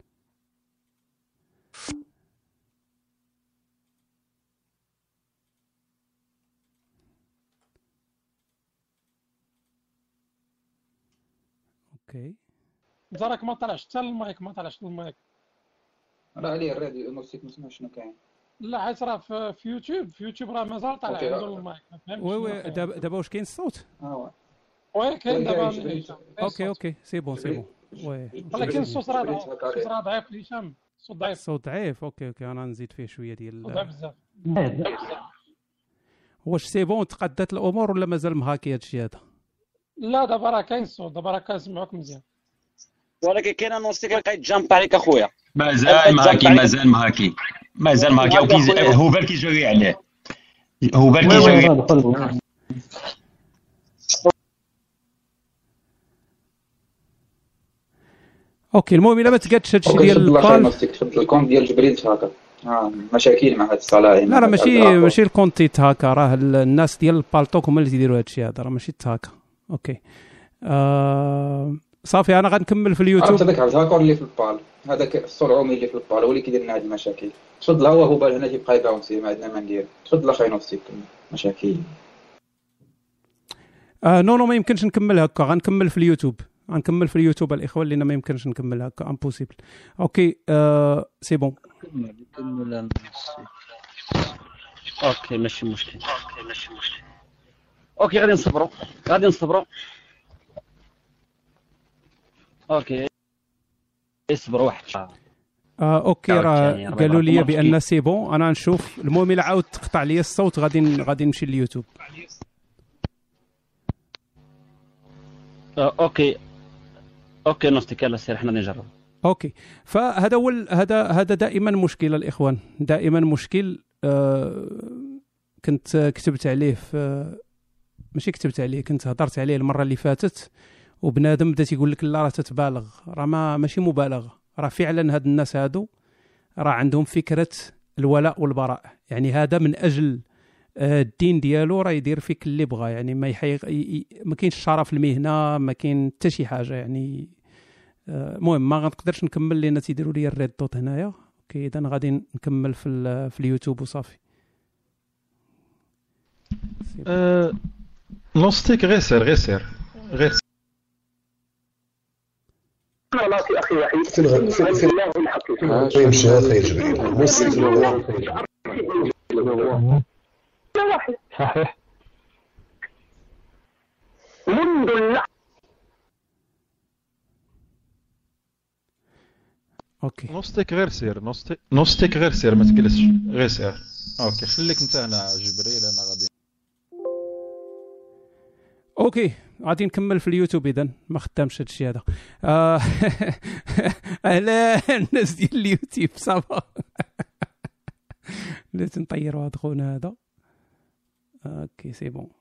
اوكي راك ما طلعش حتى المايك ما طلعش المايك. راه عليه الراديو نوصيك نسمع شنو كاين. لا حيت راه في يوتيوب في يوتيوب راه مازال طالع عنده المايك. وي وي دابا دابا واش كاين الصوت؟ اه وي كاين دابا اوكي اوكي سي بون سي بون وي ولكن الصوت راه ضعيف الصوت راه ضعيف هشام الصوت ضعيف الصوت ضعيف اوكي اوكي انا نزيد فيه شويه ديال ضعيف بزاف. واش سي بون تقدات الامور ولا مازال مهاكي هادشي هذا؟ لا دابا راه كاين الصوت دابا راه كنسمعوك مزيان ولكن كاين نوستيك كيلقى يتجامب عليك اخويا مازال مهاكي مازال مهاكي مازال مهاكي هو بال كيجري عليه هو بال كيجري. اوكي المهم الا ما تقادش هادشي ديال البال تفضل الكونت ديال جبريل هكا اه مشاكل مع هاد الصلاة. لا راه ماشي ماشي الكونت تيتهاكا، راه الناس ديال البالتوك هما اللي تيديروا هادشي هذا، راه ماشي تهاكا. اوكي آه صافي انا غنكمل في اليوتيوب. عرفت هذاك الهاكر اللي في البال، هذاك الصلعومي اللي في البال هو اللي كيدير لنا هاد المشاكل. تفضل هو هو بال هنا تيبقى يباونسي ما عندنا ما ندير. تفضل اخي نوستيك مشاكل. آه نو نو ما يمكنش نكمل هكا، غنكمل في اليوتيوب غنكمل في اليوتيوب الاخوه لان ما يمكنش نكمل هكا امبوسيبل. اوكي آه سي بون نكمل. اوكي ماشي مشكل اوكي ماشي مشكل اوكي غادي نصبروا غادي نصبروا اوكي اصبروا واحد آه اوكي راه قالوا لي بان سي بون. انا نشوف المهم الا عاود تقطع لي الصوت غادي غادي نمشي لليوتيوب. آه اوكي اوكي نوستيك يلا سير حنا نجرب. اوكي فهذا هو هذا هذا دائما مشكل الاخوان، دائما مشكل. آه كنت كتبت عليه في ماشي كتبت عليه كنت هضرت عليه المره اللي فاتت، وبنادم بدا تيقول لك لا راه تتبالغ، راه ما ماشي مبالغه، راه فعلا هاد الناس هادو راه عندهم فكره الولاء والبراء. يعني هذا من اجل الدين ديالو راه يدير فيك اللي بغى، يعني ما يحيق ما كاينش شرف في المهنه، ما كاين حتى شي حاجه. يعني المهم ما غنقدرش نكمل لان تيديروا لي الريد دوت هنايا. اوكي اذا غادي نكمل في في اليوتيوب وصافي. أه... نوستيك غير سير غير سير غير خلاص يا اخي وحيد في الله الحقيقه يمشي اخي جبريل مسلم صحيح منذ اللحظه. اوكي نوستيك غير سير نوستيك نوستيك غير سير ما تجلسش غير سير. اوكي خليك انت هنا جبريل انا غادي. اوكي غادي نكمل في اليوتيوب اذا ما خدامش هادشي هذا. آه اهلا الناس ديال اليوتيوب صافا بلاتي نطيروا هاد خونا هذا. اوكي سي بون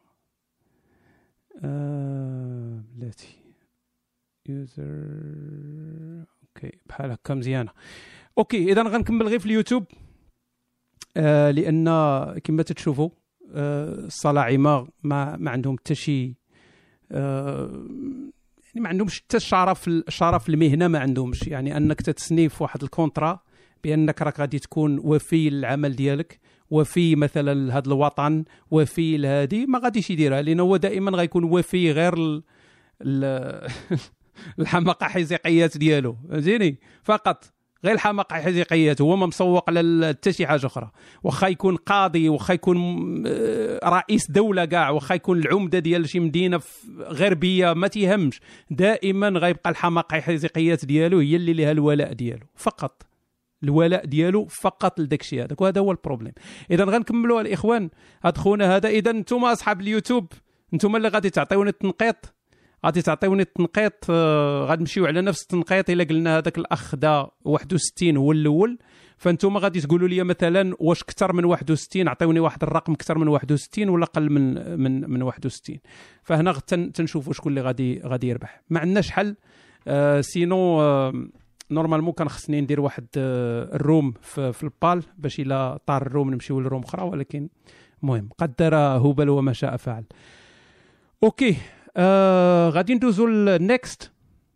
آه بلاتي يوزر اوكي بحال هكا مزيانه. اوكي اذا غنكمل غير في اليوتيوب آه لان كما تتشوفوا آه الصلاعمه ما ما عندهم حتى شي آه يعني ما عندهمش حتى الشرف الشرف المهنه ما عندهمش. يعني انك تتسني في واحد الكونطرا بانك راك غادي تكون وفي للعمل ديالك، وفي مثلا لهذا الوطن، وفي لهذه ما غاديش يديرها، لان هو دائما غيكون وفي غير ال ال الحماقه حزيقيات ديالو فهمتيني، فقط غير الحماقه حزيقيات، هو ما مسوق على حتى شي حاجه اخرى. واخا يكون قاضي، واخا يكون رئيس دوله كاع، واخا يكون العمده ديال شي مدينه غربيه، ما تيهمش، دائما غيبقى الحماقه حزيقيات ديالو هي اللي لها الولاء ديالو فقط، الولاء ديالو فقط لداك الشيء هذاك، وهذا هو البروبليم. اذا غنكملوا الاخوان هاد خونا هذا. اذا انتم اصحاب اليوتيوب انتم اللي غادي تعطيوني التنقيط، غادي تعطيوني التنقيط آه غادي نمشيو على نفس التنقيط. الا قلنا هذاك الاخ دا واحد وستين هو الاول، فانتم غادي تقولوا لي مثلا واش اكثر من واحد وستين، عطيوني واحد الرقم اكثر من واحد وستين ولا اقل من من من واحد وستين. فهنا تنشوفوا شكون اللي غادي غادي يربح. ما عندناش حل آه سينو آه نورمالمون كان خصني ندير واحد آه الروم في, في البال باش الا طار الروم نمشيو للروم اخرى، ولكن المهم قدر هبل وما شاء فعل. اوكي آه غادي ندوزو للنكست.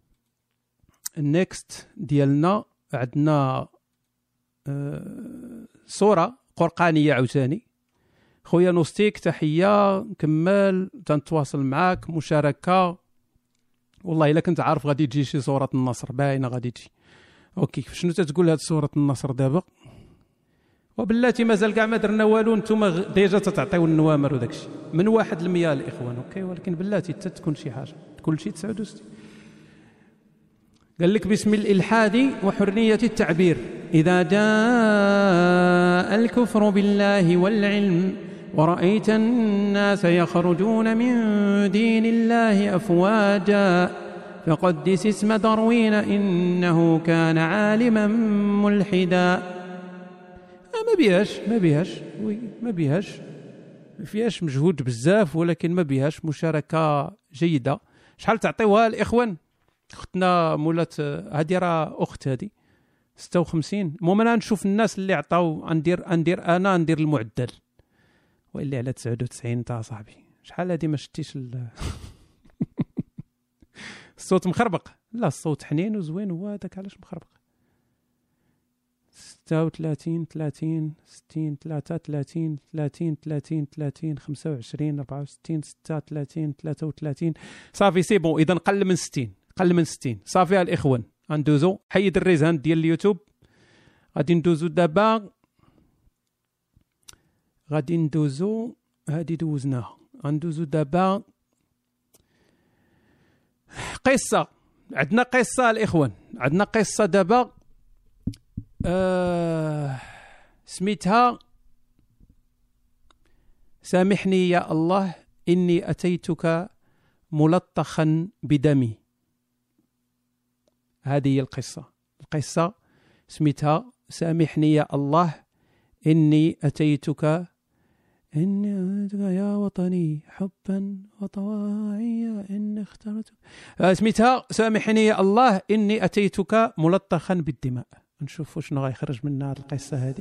النكست ديالنا عندنا آه صورة قرقانية عاوتاني. خويا نوستيك تحية، كمال تنتواصل معاك، مشاركة. والله إلا كنت عارف غادي تجي شي صورة النصر باينة غادي تجي. اوكي شنو تتقول هاد صورة النصر دابا؟ وبلاتي مازال كاع ما درنا والو، نتوما ديجا تتعطيو النوامر وداك الشيء من واحد المية الاخوان. اوكي، ولكن بلاتي حتى تكون شي حاجه، كل شيء تسعة وستين. قال لك باسم الالحاد وحريه التعبير: اذا جاء الكفر بالله والعلم ورأيت الناس يخرجون من دين الله أفواجا فقدس اسم دروين إنه كان عالما ملحدا. ما بيهاش ما بيهاش وي ما بيهاش ما فيهاش مجهود بزاف، ولكن ما بيهاش مشاركة جيدة. شحال تعطيوها الإخوان؟ أختنا مولات هذه راه أخت هذه ستة وخمسين. المهم أنا نشوف الناس اللي عطاو، ندير ندير أنا ندير المعدل، واللي على تسعة وتسعين تاع صاحبي. شحال هذه ما شتيش ال... الصوت مخربق؟ لا الصوت حنين وزوين، هو هذاك علاش مخربق. ستة وثلاثين ثلاثين ستين ثلاثة وثلاثين ثلاثين ثلاثين ثلاثين خمسة وعشرين أربعة وستين ستة وثلاثين ثلاثة وثلاثين. صافي سي بون. إذا قل من ستين، قل من ستين. صافي الإخوان غندوزو. حيد الريزان ديال اليوتيوب. غادي ندوزو دابا، غادي ندوزو هادي دوزناها. غندوزو دابا قصة. عندنا قصة الإخوان، عندنا قصة دابا آه سميتها سامحني يا الله إني أتيتك ملطخا بدمي. هذه هي القصة. القصة سميتها سامحني يا الله إني أتيتك إني أتيتك يا وطني حبا وطواعيا إني اخترتك. سميتها سامحني يا الله إني أتيتك ملطخا بالدماء. نشوفوا شنو غيخرج منها القصة هذه.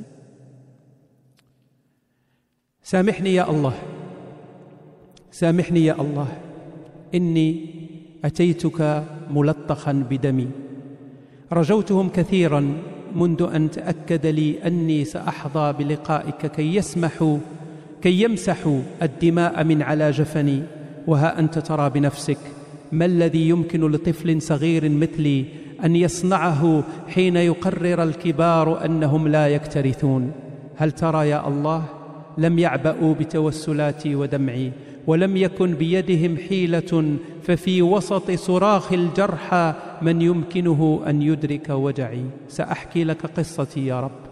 سامحني يا الله، سامحني يا الله إني أتيتك ملطخا بدمي. رجوتهم كثيرا منذ أن تأكد لي أني سأحظى بلقائك كي يسمحوا كي يمسحوا الدماء من على جفني. وها أنت ترى بنفسك ما الذي يمكن لطفل صغير مثلي أن يصنعه حين يقرر الكبار أنهم لا يكترثون. هل ترى يا الله لم يعبأوا بتوسلاتي ودمعي، ولم يكن بيدهم حيلة، ففي وسط صراخ الجرحى من يمكنه أن يدرك وجعي. سأحكي لك قصتي يا رب.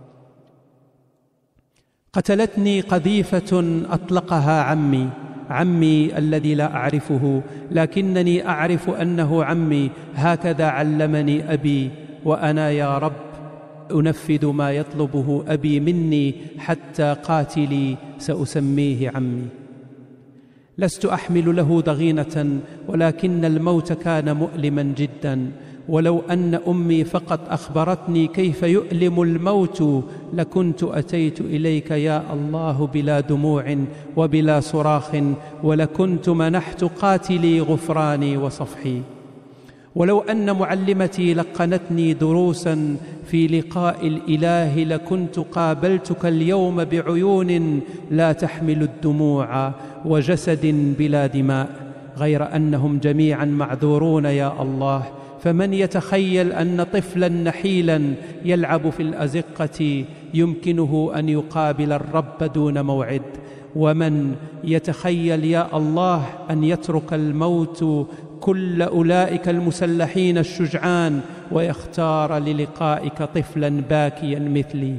قتلتني قذيفة أطلقها عمي، عمي الذي لا أعرفه، لكنني أعرف أنه عمي. هكذا علمني أبي، وأنا يا رب أنفذ ما يطلبه أبي مني، حتى قاتلي سأسميه عمي. لست أحمل له ضغينة، ولكن الموت كان مؤلما جدا. ولو أن أمي فقط أخبرتني كيف يؤلم الموت لكنت أتيت إليك يا الله بلا دموع وبلا صراخ، ولكنت منحت قاتلي غفراني وصفحي. ولو أن معلمتي لقنتني دروسا في لقاء الإله لكنت قابلتك اليوم بعيون لا تحمل الدموع وجسد بلا دماء، غير أنهم جميعا معذورون يا الله. فمن يتخيل أن طفلا نحيلا يلعب في الأزقة يمكنه أن يقابل الرب دون موعد؟ ومن يتخيل يا الله أن يترك الموت كل أولئك المسلحين الشجعان ويختار للقائك طفلا باكيا مثلي؟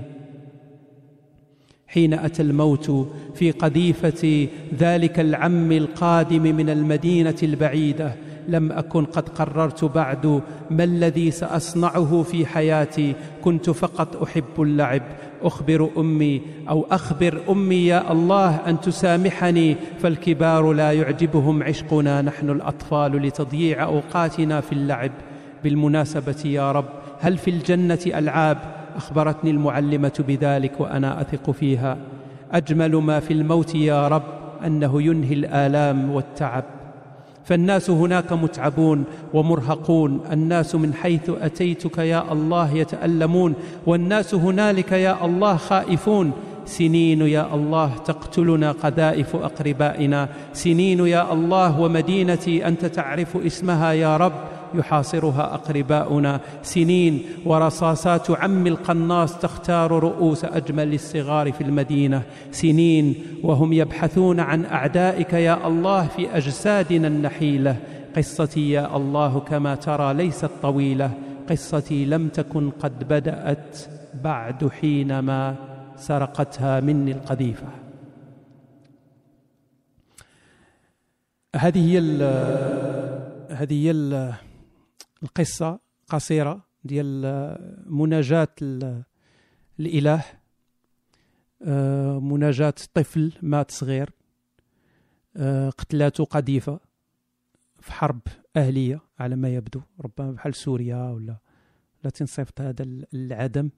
حين أتى الموت في قذيفة ذلك العم القادم من المدينة البعيدة لم أكن قد قررت بعد ما الذي سأصنعه في حياتي. كنت فقط أحب اللعب. أخبر أمي أو أخبر أمي يا الله أن تسامحني، فالكبار لا يعجبهم عشقنا نحن الأطفال لتضييع أوقاتنا في اللعب. بالمناسبة يا رب، هل في الجنة ألعاب؟ أخبرتني المعلمة بذلك وأنا أثق فيها. أجمل ما في الموت يا رب أنه ينهي الآلام والتعب. فالناس هناك متعبون ومرهقون، الناس من حيث أتيتك يا الله يتألمون، والناس هنالك يا الله خائفون. سنين يا الله تقتلنا قذائف أقربائنا، سنين يا الله ومدينتي أنت تعرف اسمها يا رب يحاصرها أقرباؤنا، سنين ورصاصات عم القناص تختار رؤوس أجمل الصغار في المدينة، سنين وهم يبحثون عن أعدائك يا الله في أجسادنا النحيلة. قصتي يا الله كما ترى ليست طويلة، قصتي لم تكن قد بدأت بعد حينما سرقتها مني القذيفة. هذه هي هذه هي القصة قصيرة ديال مناجاة الإله، مناجاة طفل مات صغير قتلاته قذيفة في حرب أهلية على ما يبدو، ربما بحال سوريا ولا لا تنصيفط هذا العدم.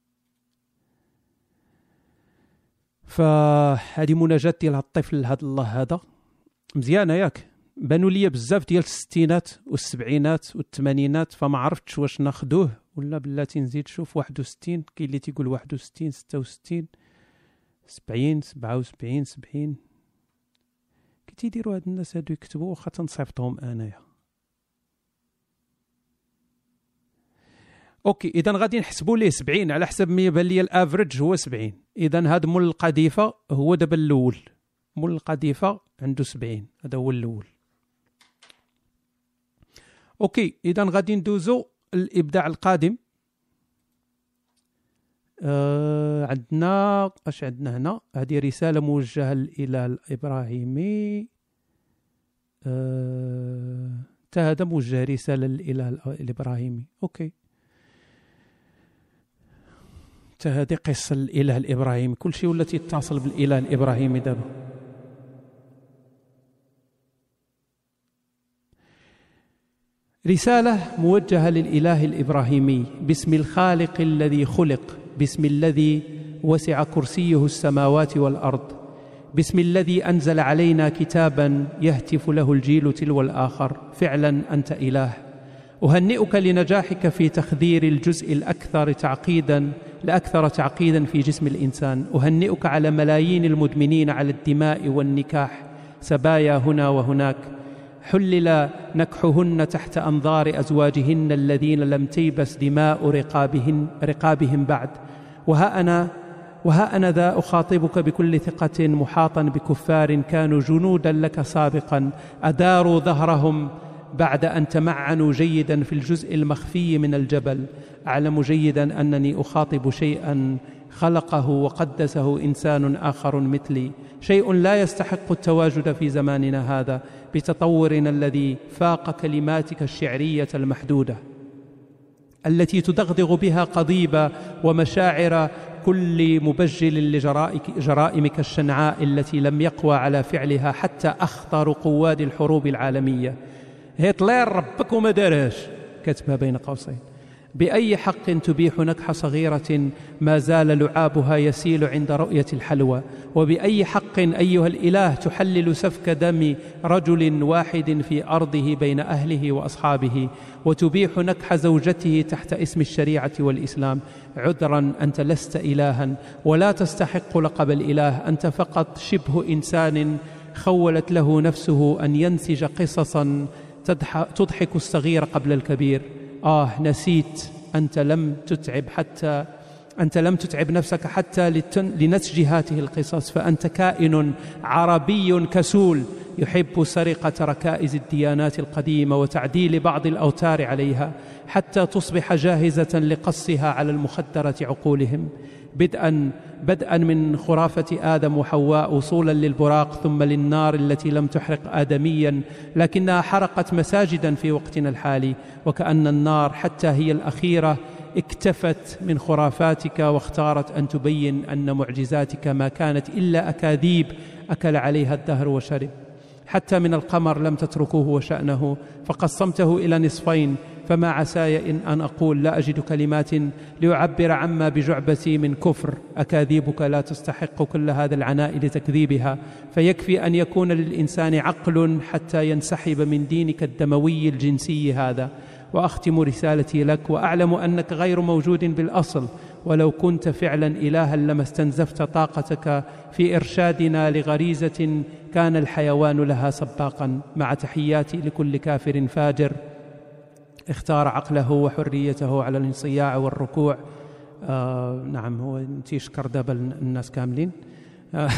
فهذه مناجاة ديال هذا الطفل هذا الله هذا مزيانه ياك. بانوا لي بزاف ديال الستينات والسبعينات والثمانينات، فما عرفتش واش ناخذوه ولا بلاتي نزيد شوف واحد وستين. كاين اللي تيقول واحد وستين، ستة وستين، سبعين، سبعة وسبعين، سبعين. كي تيديروا هاد الناس هادو يكتبوا واخا تنصيفطهم انايا. اوكي اذا غادي نحسبوا ليه سبعين على حسب ما يبان لي الافريج هو سبعين. اذا هذا مول القذيفه هو دابا الاول، مول القذيفه عنده سبعين، هذا هو الاول. اوكي اذا غادي ندوزو الابداع القادم. آه عندنا اش عندنا هنا؟ هذه رساله موجهه للاله الابراهيمي. آه هذا موجه رساله للاله الابراهيمي. اوكي هذه قصه الاله الابراهيمي، كل شيء ولا تتصل بالاله الابراهيمي دابا. رسالة موجهة للإله الإبراهيمي. باسم الخالق الذي خلق، باسم الذي وسع كرسيه السماوات والأرض، باسم الذي أنزل علينا كتابا يهتف له الجيل تلو الآخر، فعلا أنت إله. أهنئك لنجاحك في تخدير الجزء الأكثر تعقيدا لأكثر تعقيدا في جسم الإنسان. أهنئك على ملايين المدمنين على الدماء والنكاح، سبايا هنا وهناك، حلل نكحهن تحت أنظار أزواجهن الذين لم تيبس دماء رقابهن رقابهم بعد. وها أنا وها أنا ذا أخاطبك بكل ثقة محاطا بكفار كانوا جنودا لك سابقا، أداروا ظهرهم بعد أن تمعنوا جيدا في الجزء المخفي من الجبل. أعلم جيدا أنني أخاطب شيئا خلقه وقدسه إنسان آخر مثلي، شيء لا يستحق التواجد في زماننا هذا بتطورنا الذي فاق كلماتك الشعرية المحدودة التي تدغدغ بها قضيب ومشاعر كل مبجل لجرائمك الشنعاء التي لم يقوى على فعلها حتى أخطر قواد الحروب العالمية. هتلر ربك وما دارهاش، كتبها بين قوسين. بأي حق تبيح نكح صغيرة ما زال لعابها يسيل عند رؤية الحلوى؟ وبأي حق أيها الإله تحلل سفك دم رجل واحد في أرضه بين أهله وأصحابه، وتبيح نكح زوجته تحت اسم الشريعة والإسلام؟ عذرا، أنت لست إلها ولا تستحق لقب الإله، أنت فقط شبه إنسان خولت له نفسه أن ينسج قصصا تضحك الصغير قبل الكبير. آه نسيت، أنت لم تتعب حتى أنت لم تتعب نفسك حتى لنسج هذه القصص، فأنت كائن عربي كسول يحب سرقة ركائز الديانات القديمة وتعديل بعض الأوتار عليها حتى تصبح جاهزة لقصها على المخدرة عقولهم، بدءا بدءا من خرافة آدم وحواء وصولا للبراق ثم للنار التي لم تحرق آدميا لكنها حرقت مساجدا في وقتنا الحالي. وكأن النار حتى هي الأخيرة اكتفت من خرافاتك واختارت أن تبين أن معجزاتك ما كانت إلا أكاذيب أكل عليها الدهر وشرب. حتى من القمر لم تتركوه وشأنه فقسمته إلى نصفين، فما عساي إن أن أقول لا أجد كلمات ليعبر عما بجعبتي من كفر. أكاذيبك لا تستحق كل هذا العناء لتكذيبها، فيكفي أن يكون للإنسان عقل حتى ينسحب من دينك الدموي الجنسي هذا. وأختم رسالتي لك وأعلم أنك غير موجود بالأصل، ولو كنت فعلا إلها لما استنزفت طاقتك في إرشادنا لغريزة كان الحيوان لها سباقا. مع تحياتي لكل كافر فاجر اختار عقله وحريته على الانصياع والركوع. آه نعم، هو تيشكر دابا الناس كاملين. آه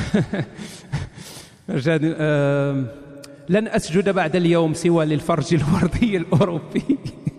آه لن أسجد بعد اليوم سوى للفرج الوردي الأوروبي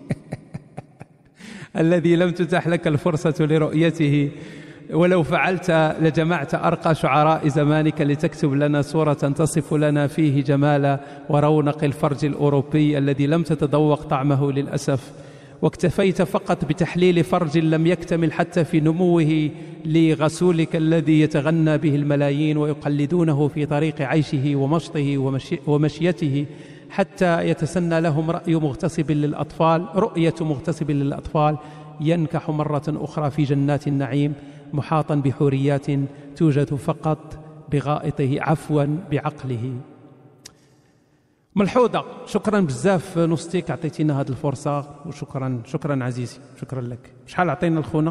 الذي لم تتح لك الفرصة لرؤيته، ولو فعلت لجمعت أرقى شعراء زمانك لتكتب لنا صورة تصف لنا فيه جمال ورونق الفرج الأوروبي الذي لم تتذوق طعمه للأسف، واكتفيت فقط بتحليل فرج لم يكتمل حتى في نموه لغسولك الذي يتغنى به الملايين ويقلدونه في طريق عيشه ومشطه ومشي ومشيته حتى يتسنى لهم رأي مغتصب للأطفال رؤية مغتصب للأطفال ينكح مرة أخرى في جنات النعيم محاطا بحوريات توجد فقط بغائطه عفوا بعقله. ملحوظة، شكرا بزاف نوستيك، عطيتينا هذه الفرصة، وشكرا شكرا عزيزي، شكرا لك. شحال عطينا الخونة؟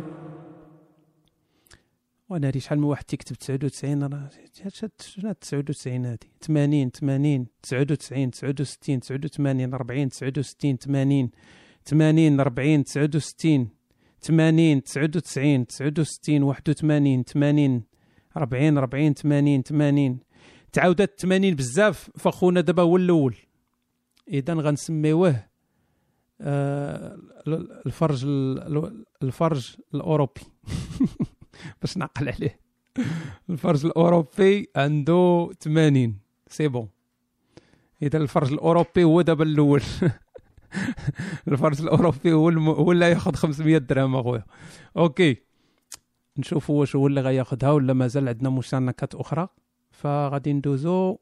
وانا ري شحال من واحد تيكتب تسعة وتسعين، راه شنو تسعة وتسعين هذه؟ ثمانين ثمانين تسعة وتسعين تسعة وستين تسعة وثمانين أربعين تسعة وستين ثمانين ثمانين أربعين تسعة وستين ثمانين تسعة وتسعين تسعة وستين واحد وثمانين ثمانين أربعين أربعين ثمانين ثمانين تعاودت ثمانين بزاف، فخونا دابا هو الاول، اذا غنسميوه آه الفرج الفرج الاوروبي باش نعقل عليه. الفرج الاوروبي عنده ثمانين، سي بون. اذا الفرج الاوروبي هو دابا الاول الفرج الاوروبي هو الم... هو اللي ياخذ خمسمية درهم اخويا. اوكي، نشوفوا واش هو اللي غياخذها ولا مازال عندنا مشاركات اخرى. فغادي ندوزو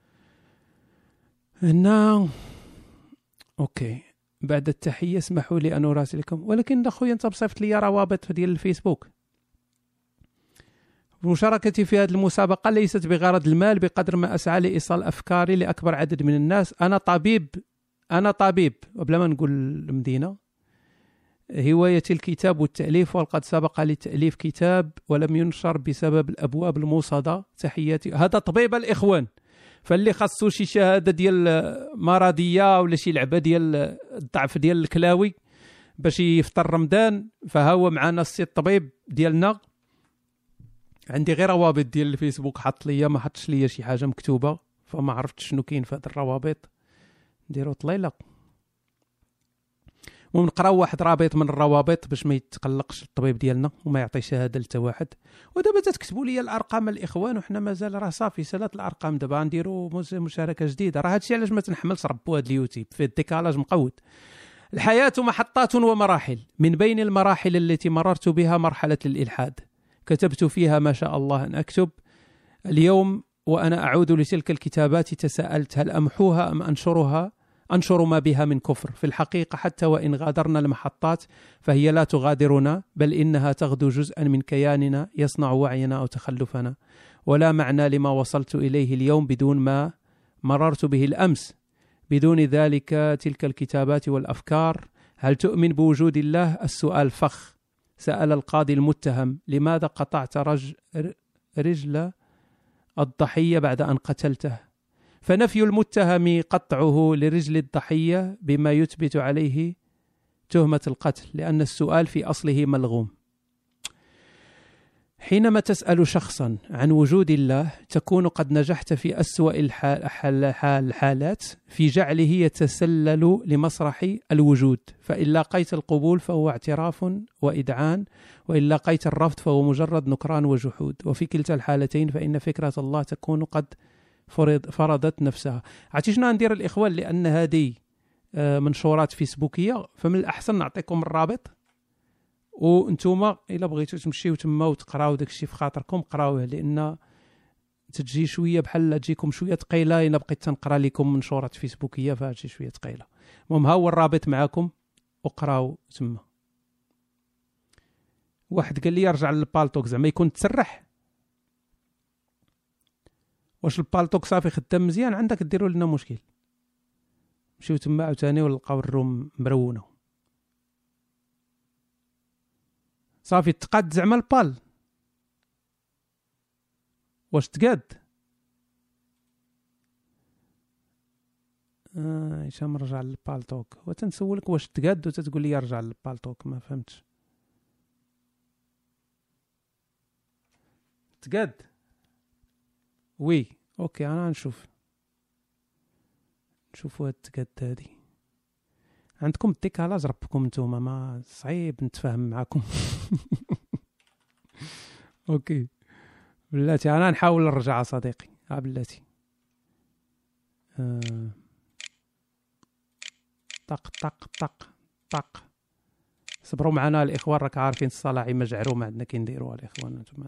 هنا. اوكي، بعد التحيه اسمحوا لي ان اراسلكم، ولكن اخويا انت بصيفط لي روابط ديال الفيسبوك. مشاركتي في هذه المسابقه ليست بغرض المال بقدر ما اسعى لايصال افكاري لاكبر عدد من الناس. انا طبيب انا طبيب وبلا ما نقول المدينه. هوايتي الكتاب والتأليف، وقد سبق لي تأليف كتاب ولم ينشر بسبب الأبواب الموصدة. تحياتي. هذا طبيب الإخوان، فاللي خاصو شي شهادة ديال مرضية ولا شي لعبة ديال الضعف ديال الكلاوي باش يفطر رمضان، فهو معنا السي الطبيب ديالنا. عندي غير روابط ديال الفيسبوك حط ليا، ما حطش ليا شي حاجة مكتوبة، فما عرفت شنو كاين في هذه الروابط. نديرو طليلة ونقراو واحد رابط من الروابط باش ما يتقلقش الطبيب ديالنا وما يعطي شهاده لتا واحد. ودابا تكتبوا لي الارقام الاخوان، وحنا مازال راه صافي سالات الارقام. دابا نديروا مشاركه جديده، راه هادشي علاش ما تنحملش ربوا هذا اليوتيوب في الديكالاج مقود. الحياه محطات ومراحل، من بين المراحل التي مررت بها مرحله الالحاد كتبت فيها ما شاء الله ان اكتب. اليوم وانا اعود لتلك الكتابات تساءلت هل امحوها ام انشرها أنشر ما بها من كفر. في الحقيقة حتى وإن غادرنا المحطات فهي لا تغادرنا، بل إنها تغدو جزءا من كياننا يصنع وعينا أو تخلفنا. ولا معنى لما وصلت إليه اليوم بدون ما مررت به الأمس. بدون ذلك تلك الكتابات والأفكار. هل تؤمن بوجود الله؟ السؤال فخ. سأل القاضي المتهم لماذا قطعت رج رجل الضحية بعد أن قتلته؟ فنفي المتهم قطعه لرجل الضحية بما يثبت عليه تهمة القتل، لأن السؤال في أصله ملغوم. حينما تسأل شخصا عن وجود الله تكون قد نجحت في أسوأ الحالات في جعله يتسلل لمسرح الوجود، فإن لاقيت القبول فهو اعتراف وإدعان، وإن لاقيت الرفض فهو مجرد نكران وجحود. وفي كلتا الحالتين فإن فكرة الله تكون قد فرض فرضت نفسها. عرفتي شنو ندير الإخوان؟ لأن هذه منشورات فيسبوكية، فمن الأحسن نعطيكم الرابط وانتوما إلا بغيتوا تمشيو تما وتقراو داك الشيء في خاطركم قراوه، لأن تجي شوية بحال تجيكم شوية ثقيلة. إلا بقيت تنقرا لكم منشورات فيسبوكية فهادشي شوية ثقيلة. المهم ها هو الرابط معاكم وقراو تما. واحد قال لي يرجع للبالتوك زعما يكون تسرح. واش البالتوك صافي خدام مزيان عندك؟ ديروا لنا مشكل. مشيو تما عاوتاني ولقاو الروم مرونه صافي. تقاد زعما البال. واش تقاد؟ اه هشام رجع للبالتوك، وتنسولك واش تقاد وتتقول لي رجع للبالتوك، ما فهمتش. تقاد وي اوكي انا نشوف نشوفوا هاد التقاد هادي. عندكم الديكالاج ربكم نتوما، ما صعيب نتفاهم معكم. اوكي بلاتي انا نحاول نرجع صديقي. ها بلاتي آه. طق طق طق طق. صبروا معنا الاخوان، راك عارفين الصلاعي مجعرو ما عندنا كنديروها الاخوان نتوما.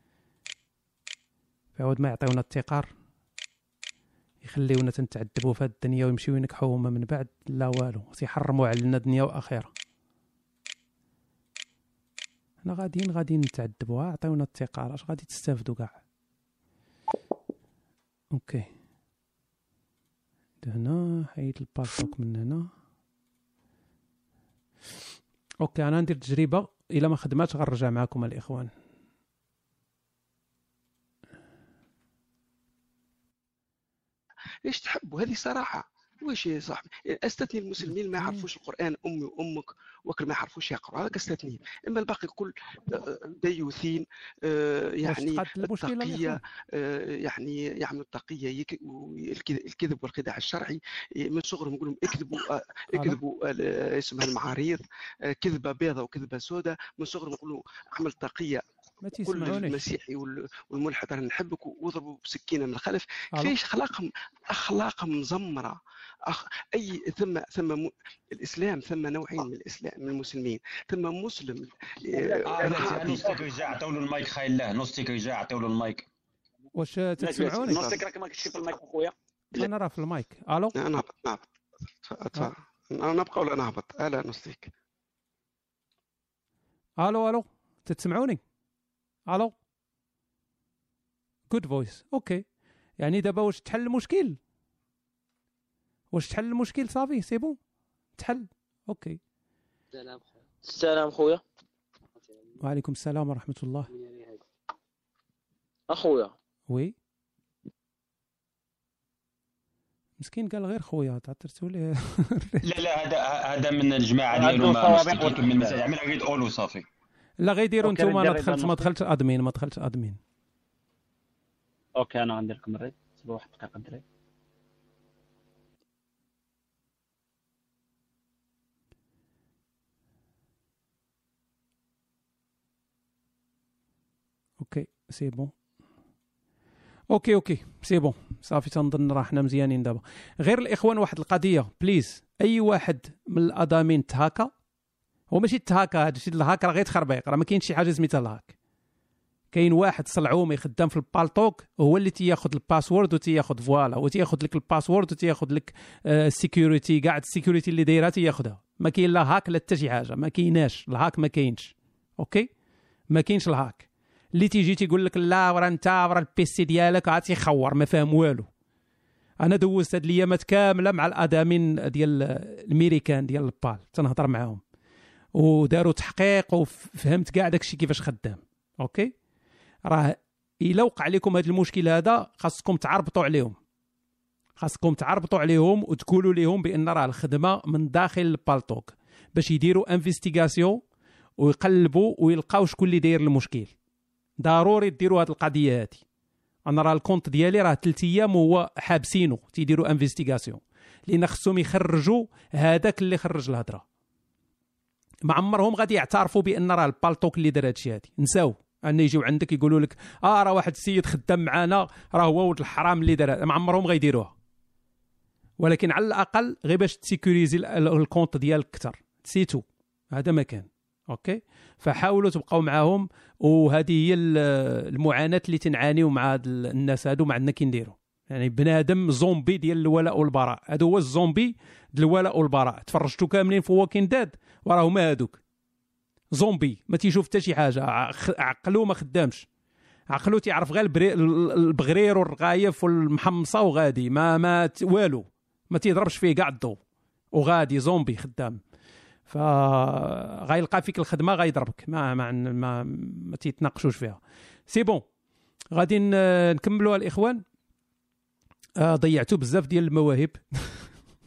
فعود ما يعطيونا التقار يخليونا تنتعذبوا في هاد الدنيا ويمشيو ينكحوا هما من بعد لا والو، سيحرموا علينا دنيا واخره. حنا غاديين غاديين نتعذبوا، عطيونا التقار اش غادي تستافدوا كاع. اوكي هنا حيد البالتوك من هنا. اوكي انا ندير تجربه، الا ما خدماتش غنرجع معكم الاخوان. ليش تحبوا هذه صراحه؟ واش يا صاحبي استثني المسلمين ما يعرفوش القران، امي وامك وكل ما يعرفوش يقروا، هذا استثني. اما الباقي كل ديوثين يعني التقيه يعني يعملوا التقيه الكذب والخداع الشرعي من صغرهم. نقول لهم اكذبوا اكذبوا اسمها المعاريض، كذبه بيضاء وكذبه سوداء. من صغرهم نقولوا اعمل تقيه كل المسيحي والملحد رانا نحبك وضربوا بسكينه من الخلف. كيفاش اخلاقهم اخلاقهم مزمره. أخ... اي ثم ثم م... الاسلام ثم نوعين من الاسلام من المسلمين. ثم مسلم اه نوستيك رجع عطيو له المايك خايل له. نوستيك رجع عطيو له المايك. واش تسمعوني؟ نوستيك راك ماكش في المايك اخويا. انا راه في المايك. الو انا نهبط نهبط انا نبقى ولا نهبط؟ الا نوستيك. الو الو تسمعوني؟ الو جود فويس. اوكي يعني دابا واش تحل المشكل؟ واش تحل المشكل صافي سي بون تحل. اوكي السلام خويا. السلام خويا. وعليكم السلام ورحمه الله. اخويا وي مسكين قال غير خويا تعثرتوا ليه. لا لا هذا هذا من الجماعه ديالو ما من المساج عمل غير اولو صافي. لا غيديروا نتوما. انا دخلت ما دخلتش ادمين ما دخلتش ادمين. اوكي انا غندير لكم الريد صبر واحد دقيقه دري. اوكي سي بون. اوكي اوكي سي بون صافي تنظن راه حنا مزيانين دابا. غير الاخوان واحد القضيه بليز، اي واحد من الادمين تهاكا، هو ماشي تهاكا هذا الشيء الهاك راه غير تخربيق، راه ما كاينش شي حاجه سميتها الهاك. كاين واحد صلعومي خدام في البالتوك هو اللي تياخذ الباسورد وتياخذ فوالا وتياخذ لك الباسورد وتياخذ لك السيكوريتي كاع السيكوريتي اللي دايره تياخذها. ما كاين لا هاك لا حتى شي حاجه، ما كايناش الهاك ما كاينش. اوكي ما كاينش الهاك. اللي تيجي تيقول لك لا ورا انت ورا البيسي ديالك عاد تيخور ما فاهم والو. انا دوزت هاد الايامات كامله مع الادمين ديال الميريكان ديال البال تنهضر معاهم وداروا تحقيق وفهمت كاع داكشي كيفاش خدام. اوكي راه الا وقع لكم هذا المشكل هذا خاصكم تعربطوا عليهم، خاصكم تعربطوا عليهم وتقولوا لهم بان راه الخدمه من داخل البالتوك باش يديروا انفستيغاسيون ويقلبوا ويلقاو شكون اللي داير المشكل. ضروري ديروا هذه القضيه هذه. انا راه الكونت ديالي راه ثلاث ايام وهو حابسينه تيديروا انفستيغاسيون لان خصهم يخرجوا هذاك اللي خرج الهضره. ما عمرهم غادي يعترفوا بان راه البالتوك اللي دار هادشي هادي. نساو ان يجيو عندك يقولوا لك اه راه واحد السيد خدام معانا راه هو ولد الحرام اللي دار. ما عمرهم غيديروها، ولكن على الاقل غير باش تسيكوريزي الكونت ديالك اكثر سيتو هذا ما كان. اوكي فحاولوا تبقاو معاهم، وهذه هي المعاناه اللي تنعانيو مع الناس هادو ما عندنا كنديروا. يعني بنادم زومبي ديال الولاء والبراء، هذا هو الزومبي ديال الولاء والبراء. تفرجتوا كاملين في ووكين داد وراه هما هادوك زومبي ما تيشوف حتى شي حاجه، عقلو ما خدامش، عقلو تيعرف غير البغرير والرغايف والمحمصه وغادي ما ما والو ما تيضربش فيه كاع الضو وغادي زومبي خدام. فغايلقى فيك الخدمه غيضربك ما ما ما, ما تيتناقشوش فيها. سي بون غادي نكملوا الاخوان. آه ضيعتوا بزاف ديال المواهب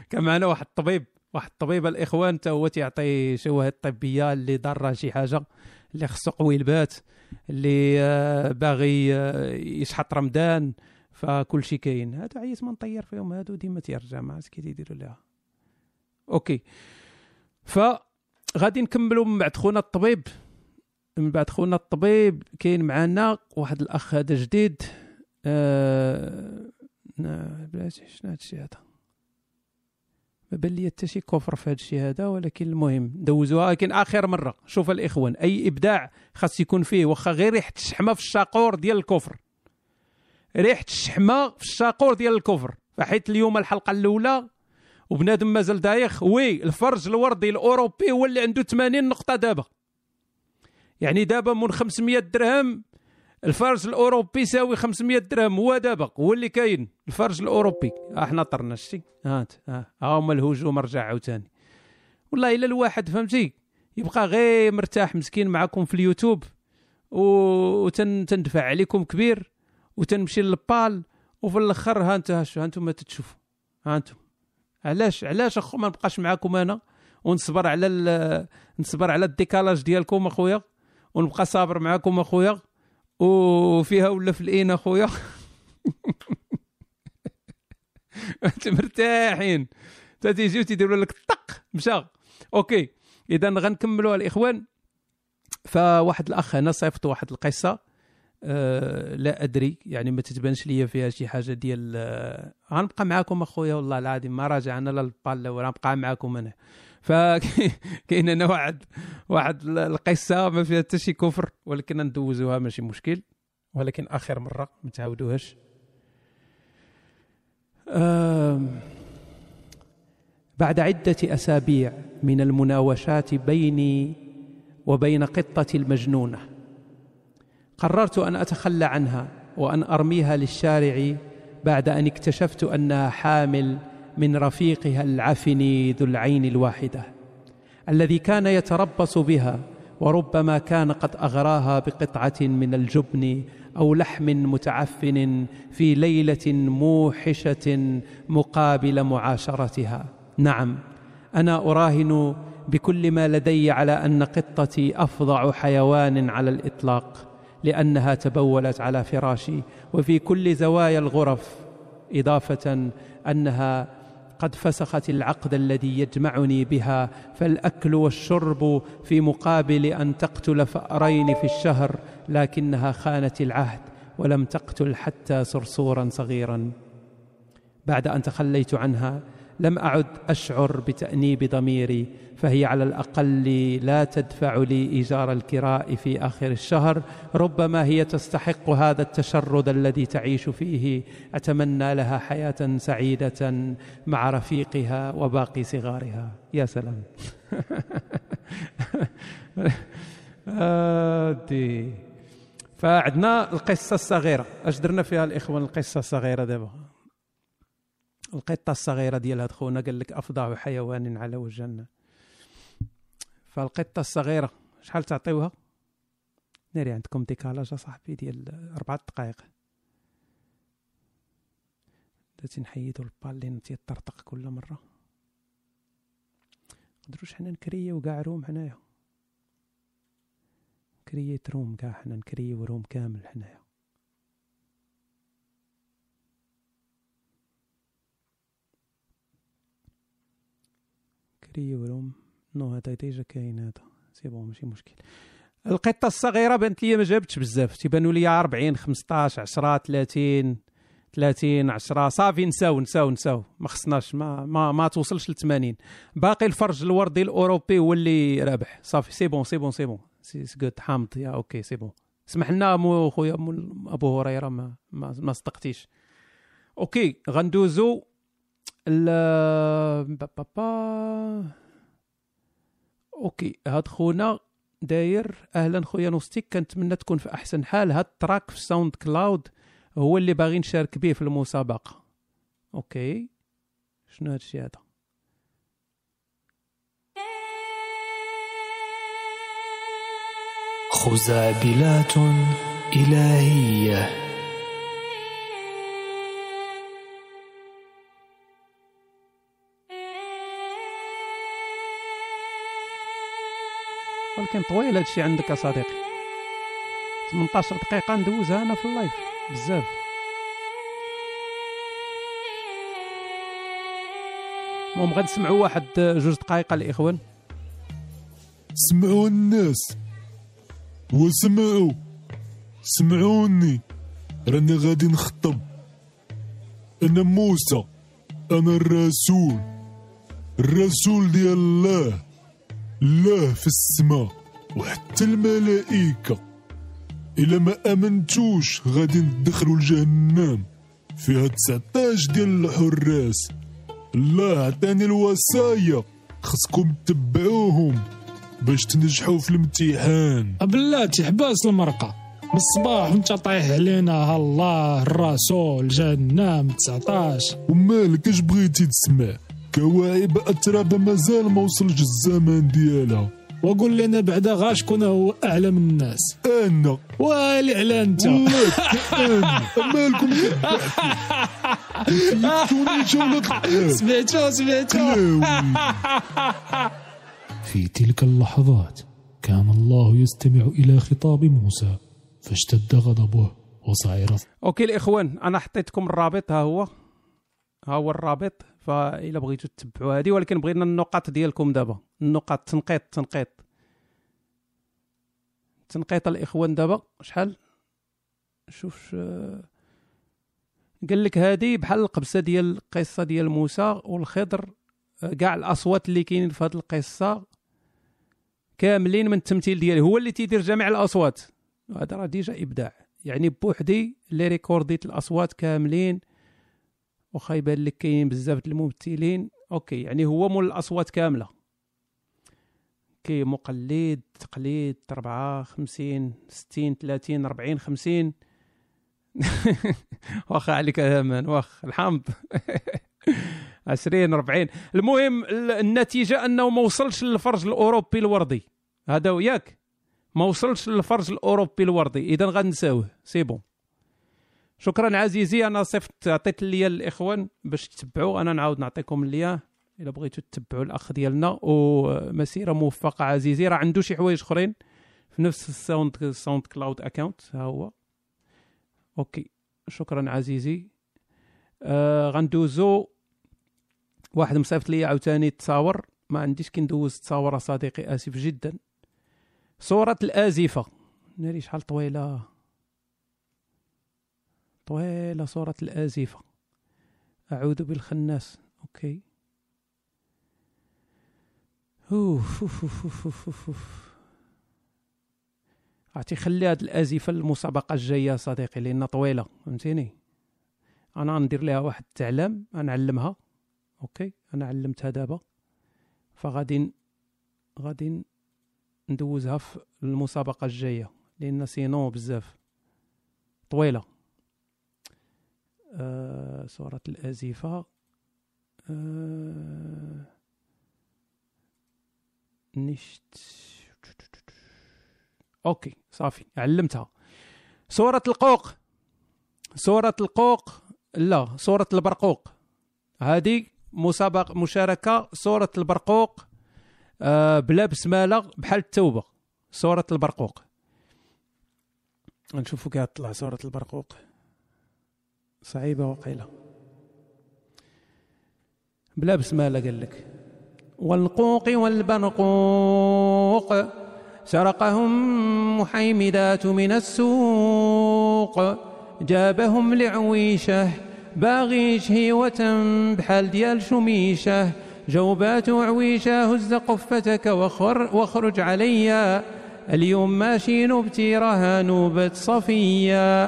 كان معنا واحد الطبيب واحد الطبيب الاخوان حتى هو تيعطي شواهد طبيه اللي ضر شي حاجه اللي خصو قوي البات اللي باغي يشحط رمضان فكل شيء كاين. هادو عييت ما نطير فيهم هادو ديما تيرجع ما عرفت كي تيديروا ليها. اوكي فغادي نكملوا من بعد خونا الطبيب. من بعد خونا الطبيب كاين معنا واحد الاخ هذا جديد آه... بلاتي شنو هادشي هذا ما بان لي حتى شي كفر في هادشي هذا ولكن المهم ندوزوها. لكن اخر مره شوف الاخوان اي ابداع خاص يكون فيه واخا غير ريحه الشحمه في الشاقور ديال الكفر ريحه الشحمه في الشاقور ديال الكفر. فحيت اليوم الحلقه الاولى وبنادم مازال دايخ وي الفرج الوردي الاوروبي هو اللي عنده ثمانين نقطه دابا يعني دابا من خمسمية درهم الفرج الاوروبي يساوي خمسمية درهم هو دابا هو اللي كاين الفرج الاوروبي. احنا طرنا الشيء هات ها هما الهجوم رجع عاوتاني والله الا الواحد فهمتي يبقى غير مرتاح مسكين معكم في اليوتيوب وتندفع عليكم كبير وتنمشي للبال وفي الاخر ها انت ها انتم ما تتشوفوا ها انتم علاش علاش اخو ما نبقاش معكم انا ونصبر على نصبر على الديكالاج ديالكم اخويا ونبقى صابر معكم اخويا وفيها ولا في الإين اخويا انتم مرتاحين تتيجيو تيديروا لك طق مشى. اوكي اذا غنكملوا الاخوان. فواحد الاخ هنا صيفط واحد القصه أه لا ادري يعني ما تتبانش ليا فيها شي حاجه ديال أه غنبقى معكم اخويا والله العظيم ما راجع انا لا للبال ولا نبقى معكم انا. فكاين انا واحد واحد القصه ما فيها حتى شي كفر ولكن ندوزوها ماشي مشكل ولكن اخر مره ما تعاودوهاش. بعد عده اسابيع من المناوشات بيني وبين قطتي المجنونه قررت ان اتخلى عنها وان ارميها للشارع بعد ان اكتشفت انها حامل من رفيقها العفن ذو العين الواحدة الذي كان يتربص بها وربما كان قد أغراها بقطعة من الجبن أو لحم متعفن في ليلة موحشة مقابل معاشرتها. نعم أنا أراهن بكل ما لدي على أن قطتي أفظع حيوان على الإطلاق لأنها تبولت على فراشي وفي كل زوايا الغرف إضافة أنها قد فسخت العقد الذي يجمعني بها فالأكل والشرب في مقابل أن تقتل فأرين في الشهر لكنها خانت العهد ولم تقتل حتى صرصورا صغيرا. بعد أن تخليت عنها لم أعد أشعر بتأنيب ضميري فهي على الأقل لا تدفع لي إيجار الكراء في آخر الشهر. ربما هي تستحق هذا التشرد الذي تعيش فيه. أتمنى لها حياة سعيدة مع رفيقها وباقي صغارها. يا سلام آدي. فعندنا القصة الصغيرة اش درنا فيها الإخوان القصة الصغيرة دابا القطة الصغيرة ديال هاد خونا قال لك أفظع حيوان على وجه النار. فالقطة الصغيرة شحال تعطيوها؟ ناري عندكم ديكالاج صاحبي ديال أربعة دقائق درتي نحيدو البالين تيطرطق كل مرة. نقدروش حنا نكريو كاع روم حنايا كرييت روم كاع حنا نكريو روم كامل حنايا. كريو روم نو هذا ديجا كاين هذا سي بون ماشي مشكل. القطه الصغيره بانت لي ما جابتش بزاف تيبانوا لي أربعين خمسطاش عشرة ثلاثين ثلاثين عشرة صافي نساو نساو نساو ما خصناش ما ما, ما توصلش ل ثمانين. باقي الفرج الوردي الاوروبي هو اللي رابح صافي سي بون سي بون سي بون سي سكوت حامض يا اوكي سي بون سمح لنا مو خويا ابو هريره ما ما, ما صدقتيش. اوكي غندوزو ال بابا. اوكي هاد خونا داير اهلا خويا نوستيك كنتمنى تكون في احسن حال. هاد التراك في ساوند كلاود هو اللي باغي نشارك به في المسابقه. اوكي شنو هادشي هذا؟ خزعبلات إلهية. ولكن طويل هادشي عندك اصديقي. ثمنطاش دقيقه ندوزها انا في اللايف بزاف. المهم غنسمعوا واحد جوج دقائق الاخوان. سمعوا الناس وسمعوا سمعوني، راني غادي نخطب. انا موسى، انا الرسول الرسول ديال الله، الله في السماء وحتى الملائكة. إلا ما امنتوش غادي ندخلوا لجهنم فيها تسعطاش ديال الحراس. الله عطاني الوصايا خصكم تتبعوهم باش تنجحوا في الامتحان. بلاتي حباس المرقه من الصباح وانت طايح علينا الله الرسول جهنم تسعطاش. ومالك اش بغيتي تسمع؟ كواعب اترابه مازال ما وصلش الزمان ديالها. وقول لنا بعدا غا شكون هو اعلى من الناس؟ انا. والي على انت والله انا. مالكم سمعتو سمعتو. في تلك اللحظات كان الله يستمع إلى خطاب موسى فاشتد غضبه وصعر. اوكي الاخوان انا حطيتكم الرابط، ها هو ها هو الرابط، فإلا بغيتوا تتبعوا هذه. ولكن بغينا النقاط ديالكم دابا، النقاط تنقيط تنقيط تنقيط الاخوان دابا شحال. شوف قال لك هذه بحال القبسه ديال القصه ديال موسى والخضر، كاع الاصوات اللي كاينين في هذه القصه كاملين من التمثيل ديالي، هو اللي تيدير جميع الاصوات. هذا راه ديجا ابداع، يعني بوحدي اللي ريكورديت الاصوات كاملين، وخا يبان لك كاين بزاف د الممثلين. اوكي يعني هو مول الاصوات كامله، كي مقلد تقليد أربعة خمسين ستين ثلاثين أربعين خمسين واخا عليك امان واخ الحمد عشرين أربعين. المهم النتيجه انه ما وصلش للفرج الاوروبي الوردي، هذا وياك ما وصلش للفرج الاوروبي الوردي، اذا غنساوه سي بون. شكرا عزيزي، انا صيفط عطيت ليا الاخوان باش تتبعوا، انا نعاود نعطيكم ليا الا بغيتوا تتبعوا الاخ ديالنا. ومسيره موفقه عزيزي، راه عنده شي حوايج اخرين في نفس الساوند ساوند كلاود اكاونت، ها هو. اوكي شكرا عزيزي. آه غندوزو واحد مصيفط لي عاوتاني تصاور، ما عنديش كي ندوز تصاور صديقي، اسف جدا. صورة الآزفة، ناري شحال طويلة طويلة صورة الآزفة. أعوذ بالخناس. أوكي أوف أوف أوف أوف أوف أوف. عرفتي خلي هاد الآزفة المسابقة الجاية صديقي لأنها طويلة، فهمتيني. أنا غندير لها واحد التعلم غنعلمها. أوكي أنا علمتها دابا، فغادي غادي ندوزها في المسابقة الجاية لأن سينو بزاف طويلة. آه صورة الآزفة. آه نشت. أوكي صافي علمتها. صورة القوق، صورة القوق لا صورة البرقوق، هذه مسابقة مشاركة. صورة البرقوق آه بلا بسمالة بحال التوبة، صورة البرقوق. نشوفوا كي طلع صورة البرقوق، صعيبة وقيلة بلا بسمالة. قال لك والقوق والبرقوق سرقهم محيمدات من السوق، جابهم لعويشه باغي شهيوة بحال ديال شميشه، جوبات عويشه هز قفتك وخر واخرج عليا، اليوم ماشي نوبتي راها نوبة صفية.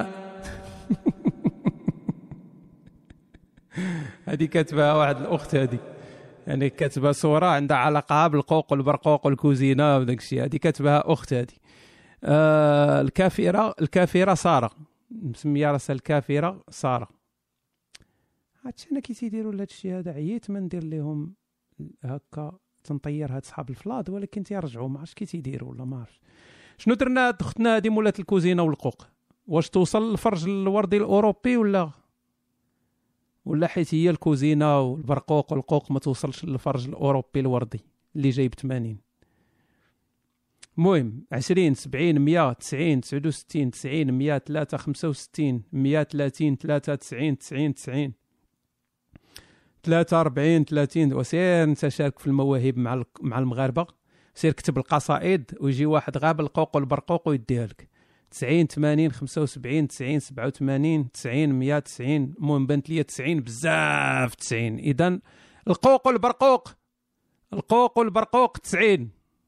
هذه كاتبها واحد الأخت، هذه يعني كاتبه صورة عندها علاقة بالقوق والبرقوق والكوزينة وداك الشيء، هذه كاتبها أخت هذه. آه الكافرة الكافرة سارة، مسمية راسها الكافرة سارة. هادشي أنا كي تيديروا لهاد الشيء هذا عييت ما ندير لهم هكا تنطير هاد صحاب الفلاض، ولكن تيرجعوا ما عرفتش كي تيديروا ولا ما عرفتش شنو درنا. اختنا هذه مولات الكوزينة والقوق، واش توصل للفرج الوردي الأوروبي ولا ولا حيت هي الكوزينة والبرقوق والقوق ما توصلش للفرج الأوروبي الوردي اللي جايب ثمانين. المهم عشرين سبعين مية تسعين تسعود وستين تسعين مية ثلاثة خمسة وستين مية ثلاثين ثلاثة تسعين تسعين تسعين ثلاثة أربعين ثلاثين. وسير انت شارك في المواهب مع مع المغاربه، سير كتب القصائد ويجي واحد غاب القوق والبرقوق ويديها لك. تسعين ثمانين خمسة وسبعين تسعين سبعة وثمانين تسعين مية تسعين. المهم بانت لي تسعين بزاف تسعين. اذا القوق والبرقوق القوق والبرقوق تسعين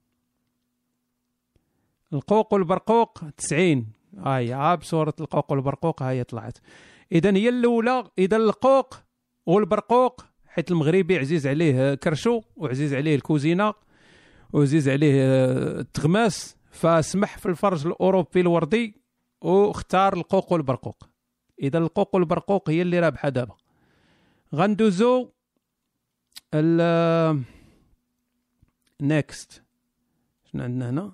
القوق والبرقوق تسعين. هاي عاب صورة القوق والبرقوق هاي طلعت. اذا هي الاولى. اذا القوق والبرقوق حيت المغربي عزيز عليه كرشو وعزيز عليه الكوزينه وعزيز عليه التغماس، فاسمح في الفرج الاوروبي الوردي واختار القوق والبرقوق. اذا القوق والبرقوق هي اللي رابحه دابا. غندوزو ال نيكست. شنو عندنا هنا؟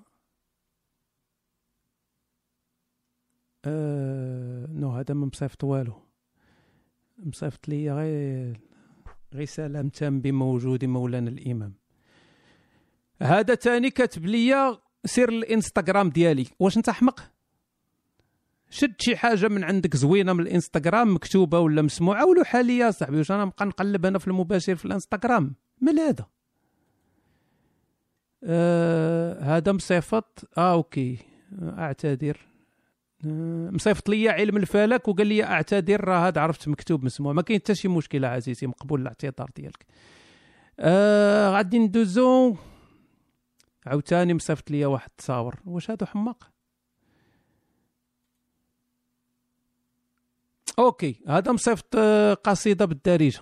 أه... نو هذا ما مصيفط والو، مصيفط لي غير غير سلام تام بموجود مولانا الامام. هذا تاني كاتب لي سير الانستغرام ديالي. واش انت احمق؟ شد شي حاجه من عندك زوينه من الانستغرام مكتوبه ولا مسموعه ولو حاليا يا صاحبي. واش انا نبقى نقلب انا في المباشر في الانستغرام؟ مال هذا؟ آه هذا مصيفط. اه اوكي اعتذر. آه مصيفط لي علم الفلك وقال لي اعتذر، راه هذا عرفت مكتوب مسموع، ما كاين حتى شي مشكله عزيزي، مقبول الاعتذار ديالك. آه غادي ندوزو عاوتاني مصيفط لي واحد التصاور. واش هادو حماق؟ اوكي هذا مصيفط قصيده بالدارجه.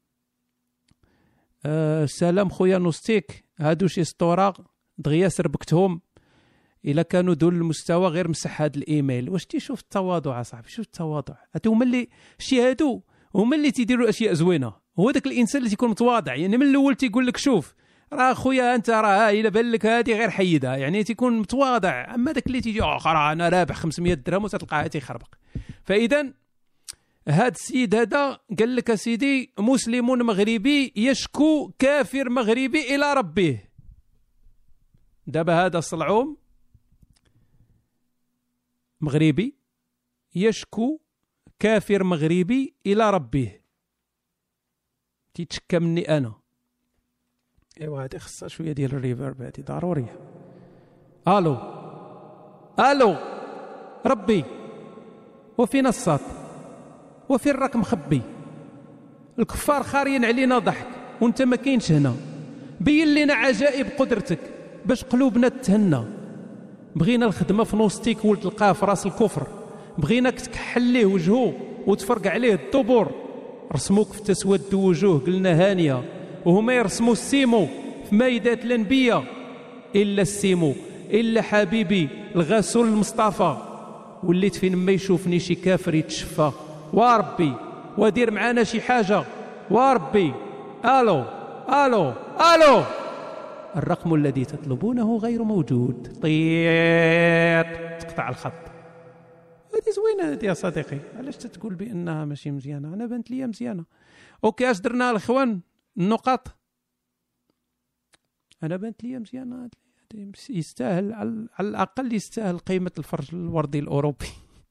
أه سلام خويا نوستيك، هادو شي سطوره دغيا سربكتهم الا كانوا دول المستوى غير مسح هاد الايميل. واش تيشوف التواضع صاحبي؟ شوف التواضع. هادو هما اللي شي هادو هما اللي تيديروا اشياء زوينه. هو داك الانسان اللي تيكون متواضع، يعني من الاول تيقول لك شوف راه خويا انت راه الا بان لك هذه غير حيدها، يعني تيكون متواضع. اما داك اللي تيجي اخر انا رابح خمسمية درهم وتلقاه تيخربق. فاذا هاد السيد هذا قال لك سيدي مسلم مغربي يشكو كافر مغربي الى ربه. دابا هذا الصلعوم مغربي يشكو كافر مغربي الى ربه، تيتشكى مني انا. ايوا هذه خصها شويه ديال الريفيرب، هذه ضروريه. الو الو ربي وفينا الصاد وفي الراك مخبي، الكفار خارين علينا ضحك وانت ما كاينش هنا. بين لنا عجائب قدرتك باش قلوبنا تهنى. بغينا الخدمه في نوستيك ولد تلقاه في راس الكفر، بغيناك تكحل ليه وجهه وتفرق عليه الدبور. رسموك في تسود وجوه قلنا هانيه، وهما يرسموا السيمو في مايدات الانبياء. الا السيمو الا حبيبي الغسول المصطفى، وليت فين ما يشوفني شي كافر يتشفى. وربي ودير معانا شي حاجه وربي. الو الو الو الرقم الذي تطلبونه غير موجود. طيط تقطع الخط. هذه زوينه هذه يا صديقي، علاش تتقول بانها ماشي مزيانه؟ انا بانت لي مزيانه. اوكي اش درنا الاخوان؟ النقاط انا بانت لي مزيانه. يستاهل على الاقل يستاهل قيمه الفرج الوردي الاوروبي.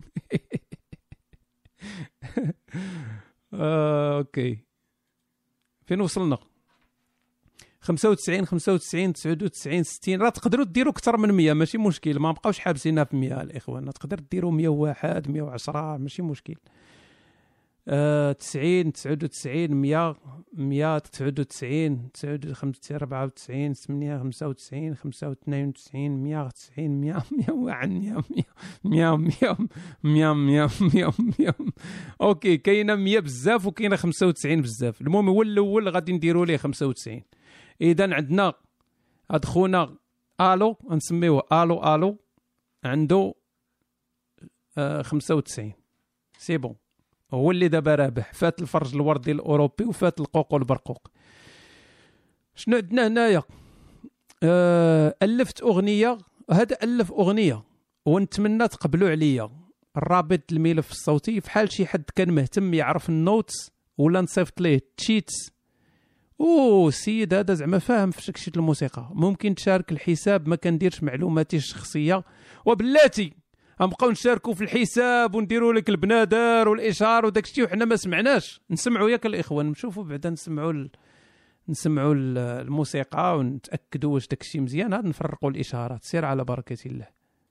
آه، اوكي فين وصلنا؟ خمسة وتسعين خمسة وتسعين تسعود وتسعين ستين. راه تقدروا ديروا اكثر من مية ماشي مشكل، ما بقاوش حابسينها في مية الاخوان. تقدر ديروا مية وواحد مية وعشرة ماشي مشكل. آه، تسعين تسعود وتسعين مية مية تسعود وتسعين تسعود خمسة أربعة وتسعين ثمانية خمسة وتسعين خمسة واثنين وتسعين مية وتسعين مية مية وواحد مية مية مية مية مية مية مية. اوكي كاينه مية بزاف وكاينه خمسة وتسعين بزاف. المهم هو الاول غادي نديروا ليه خمسة وتسعين. اذا عندنا هاد خونا الو نسميوه الو الو عنده آه خمسة وتسعين. سي بون هو اللي دابا رابح. فات الفرج الوردي الاوروبي وفات القوق والبرقوق. شنو عندنا هنايا؟ آه الفت اغنيه. هذا الف اغنيه ونتمنى تقبلوا عليا. الرابط الملف الصوتي في حال شي حد كان مهتم يعرف النوتس ولا نصيفط ليه تشيتس او السيد هذا زعما فاهم في شكشي الموسيقى، ممكن تشارك الحساب، ما كنديرش معلوماتي الشخصيه وبلاتي غنبقاو نشاركوا في الحساب ونديروا لك البنادر والاشهار وداك الشيء وحنا ما سمعناش. نسمعوا ياك الاخوان، نشوفوا بعدا نسمعوا ال... نسمعوا الموسيقى ونتاكدوا واش داك الشيء مزيان، عاد نفرقوا الاشهارات. سير على بركه الله.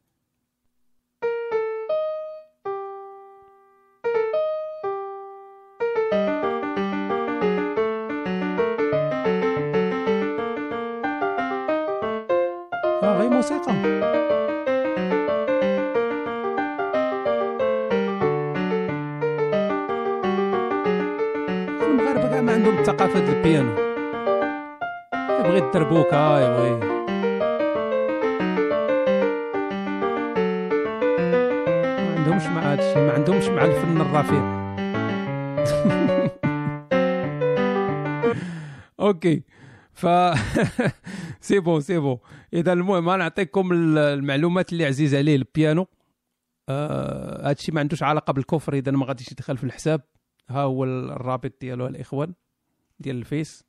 اه غير موسيقى. المغاربه كاع ما عندهم الثقافه ديال البيانو، يبغي الدربوكه، يبغي ما عندهمش مع هادشي، ما عندهمش مع الفن الرفيع. اوكي ف سي بون سي بون. اذا المهم نعطيكم المعلومات اللي عزيز عليه البيانو. آه هادشي ما عندوش علاقه بالكفر، اذا ما غاديش يدخل في الحساب. ها هو الرابط ديالو الاخوان ديال الفيس.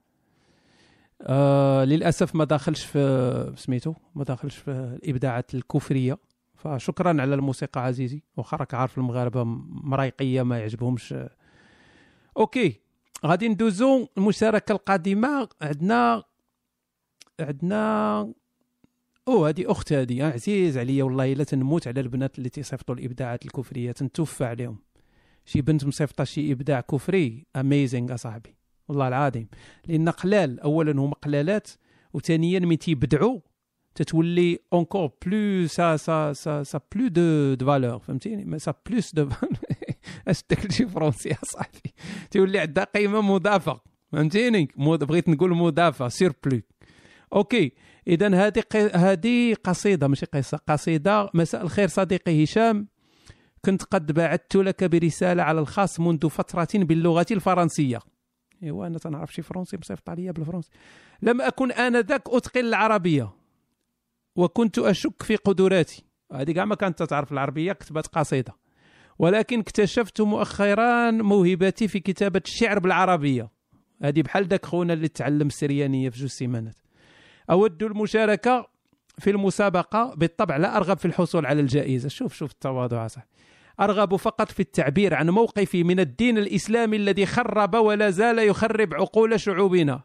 آه للاسف ما داخلش في سميتو، ما داخلش في الابداعات الكفريه. فشكرا على الموسيقى عزيزي، واخا راك عارف المغاربه مريقيه ما يعجبهمش. اوكي غادي ندوزو المشاركه القادمه. عندنا عندنا او هذه اخت، هذه عزيز عليا والله الا تنموت على البنات اللي تيصيفطوا الابداعات الكفريه، تنتوفى عليهم. شي بنت مصيفطه شي ابداع كفري اميزينغ اصاحبي والله العظيم، لان قلال. اولا هما قلالات، وثانيا ملي تيبدعوا تتولي اونكور بلو سا سا سا سا بلو دو دو فالور، فهمتيني؟ ما سا بلوس دو اش داك شي فرونسي اصاحبي، تولي عندها قيمه مضافه، فهمتيني؟ بغيت نقول مضافه سير بلو. اوكي اذا هذه هذه قصيده ماشي قصه، قصيده. مساء الخير صديقي هشام، كنت قد بعثت لك برساله على الخاص منذ فتره باللغه الفرنسيه. ايوا انا تنعرف شي فرنسي مصيفط عليا بالفرنسي. لم اكن انذاك اتقن العربيه وكنت اشك في قدراتي. هذه كاع ما كانت تعرف العربيه، كتبت قصيده. ولكن اكتشفت مؤخرا موهبتي في كتابه الشعر بالعربيه. هذه بحال داك خونا اللي تعلم السريانيه في جوج سيمانات. أود المشاركة في المسابقة، بالطبع لا أرغب في الحصول على الجائزة. شوف شوف التواضع صح. أرغب فقط في التعبير عن موقفي من الدين الإسلامي الذي خرب ولا زال يخرب عقول شعوبنا.